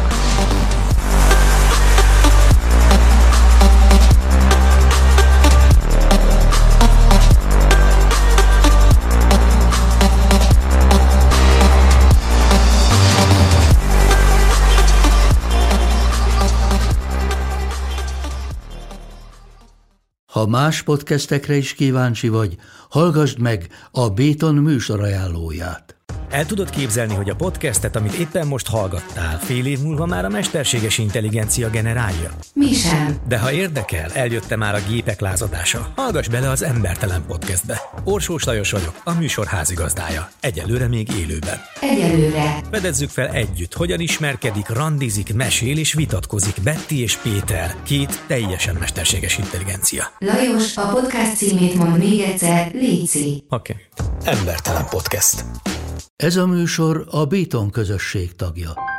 D: Ha más podcastekre is kíváncsi vagy, hallgassd meg a Béton műsor ajánlóját.
E: El tudod képzelni, hogy a podcastet, amit éppen most hallgattál, fél év múlva már a mesterséges intelligencia generálja?
F: Mi sem.
E: De ha érdekel, eljött már a gépek lázadása. Hallgass bele az Embertelen Podcastbe. Orsós Lajos vagyok, a műsor házigazdája. Egyelőre még élőben.
F: Egyelőre.
E: Fedezzük fel együtt, hogyan ismerkedik, randizik, mesél és vitatkozik Betty és Péter, két teljesen mesterséges intelligencia.
F: Lajos, a podcast címét mond még egyszer, léci.
E: Oké. Okay. Embertelen Podcast.
D: Ez a műsor a Béton közösség tagja.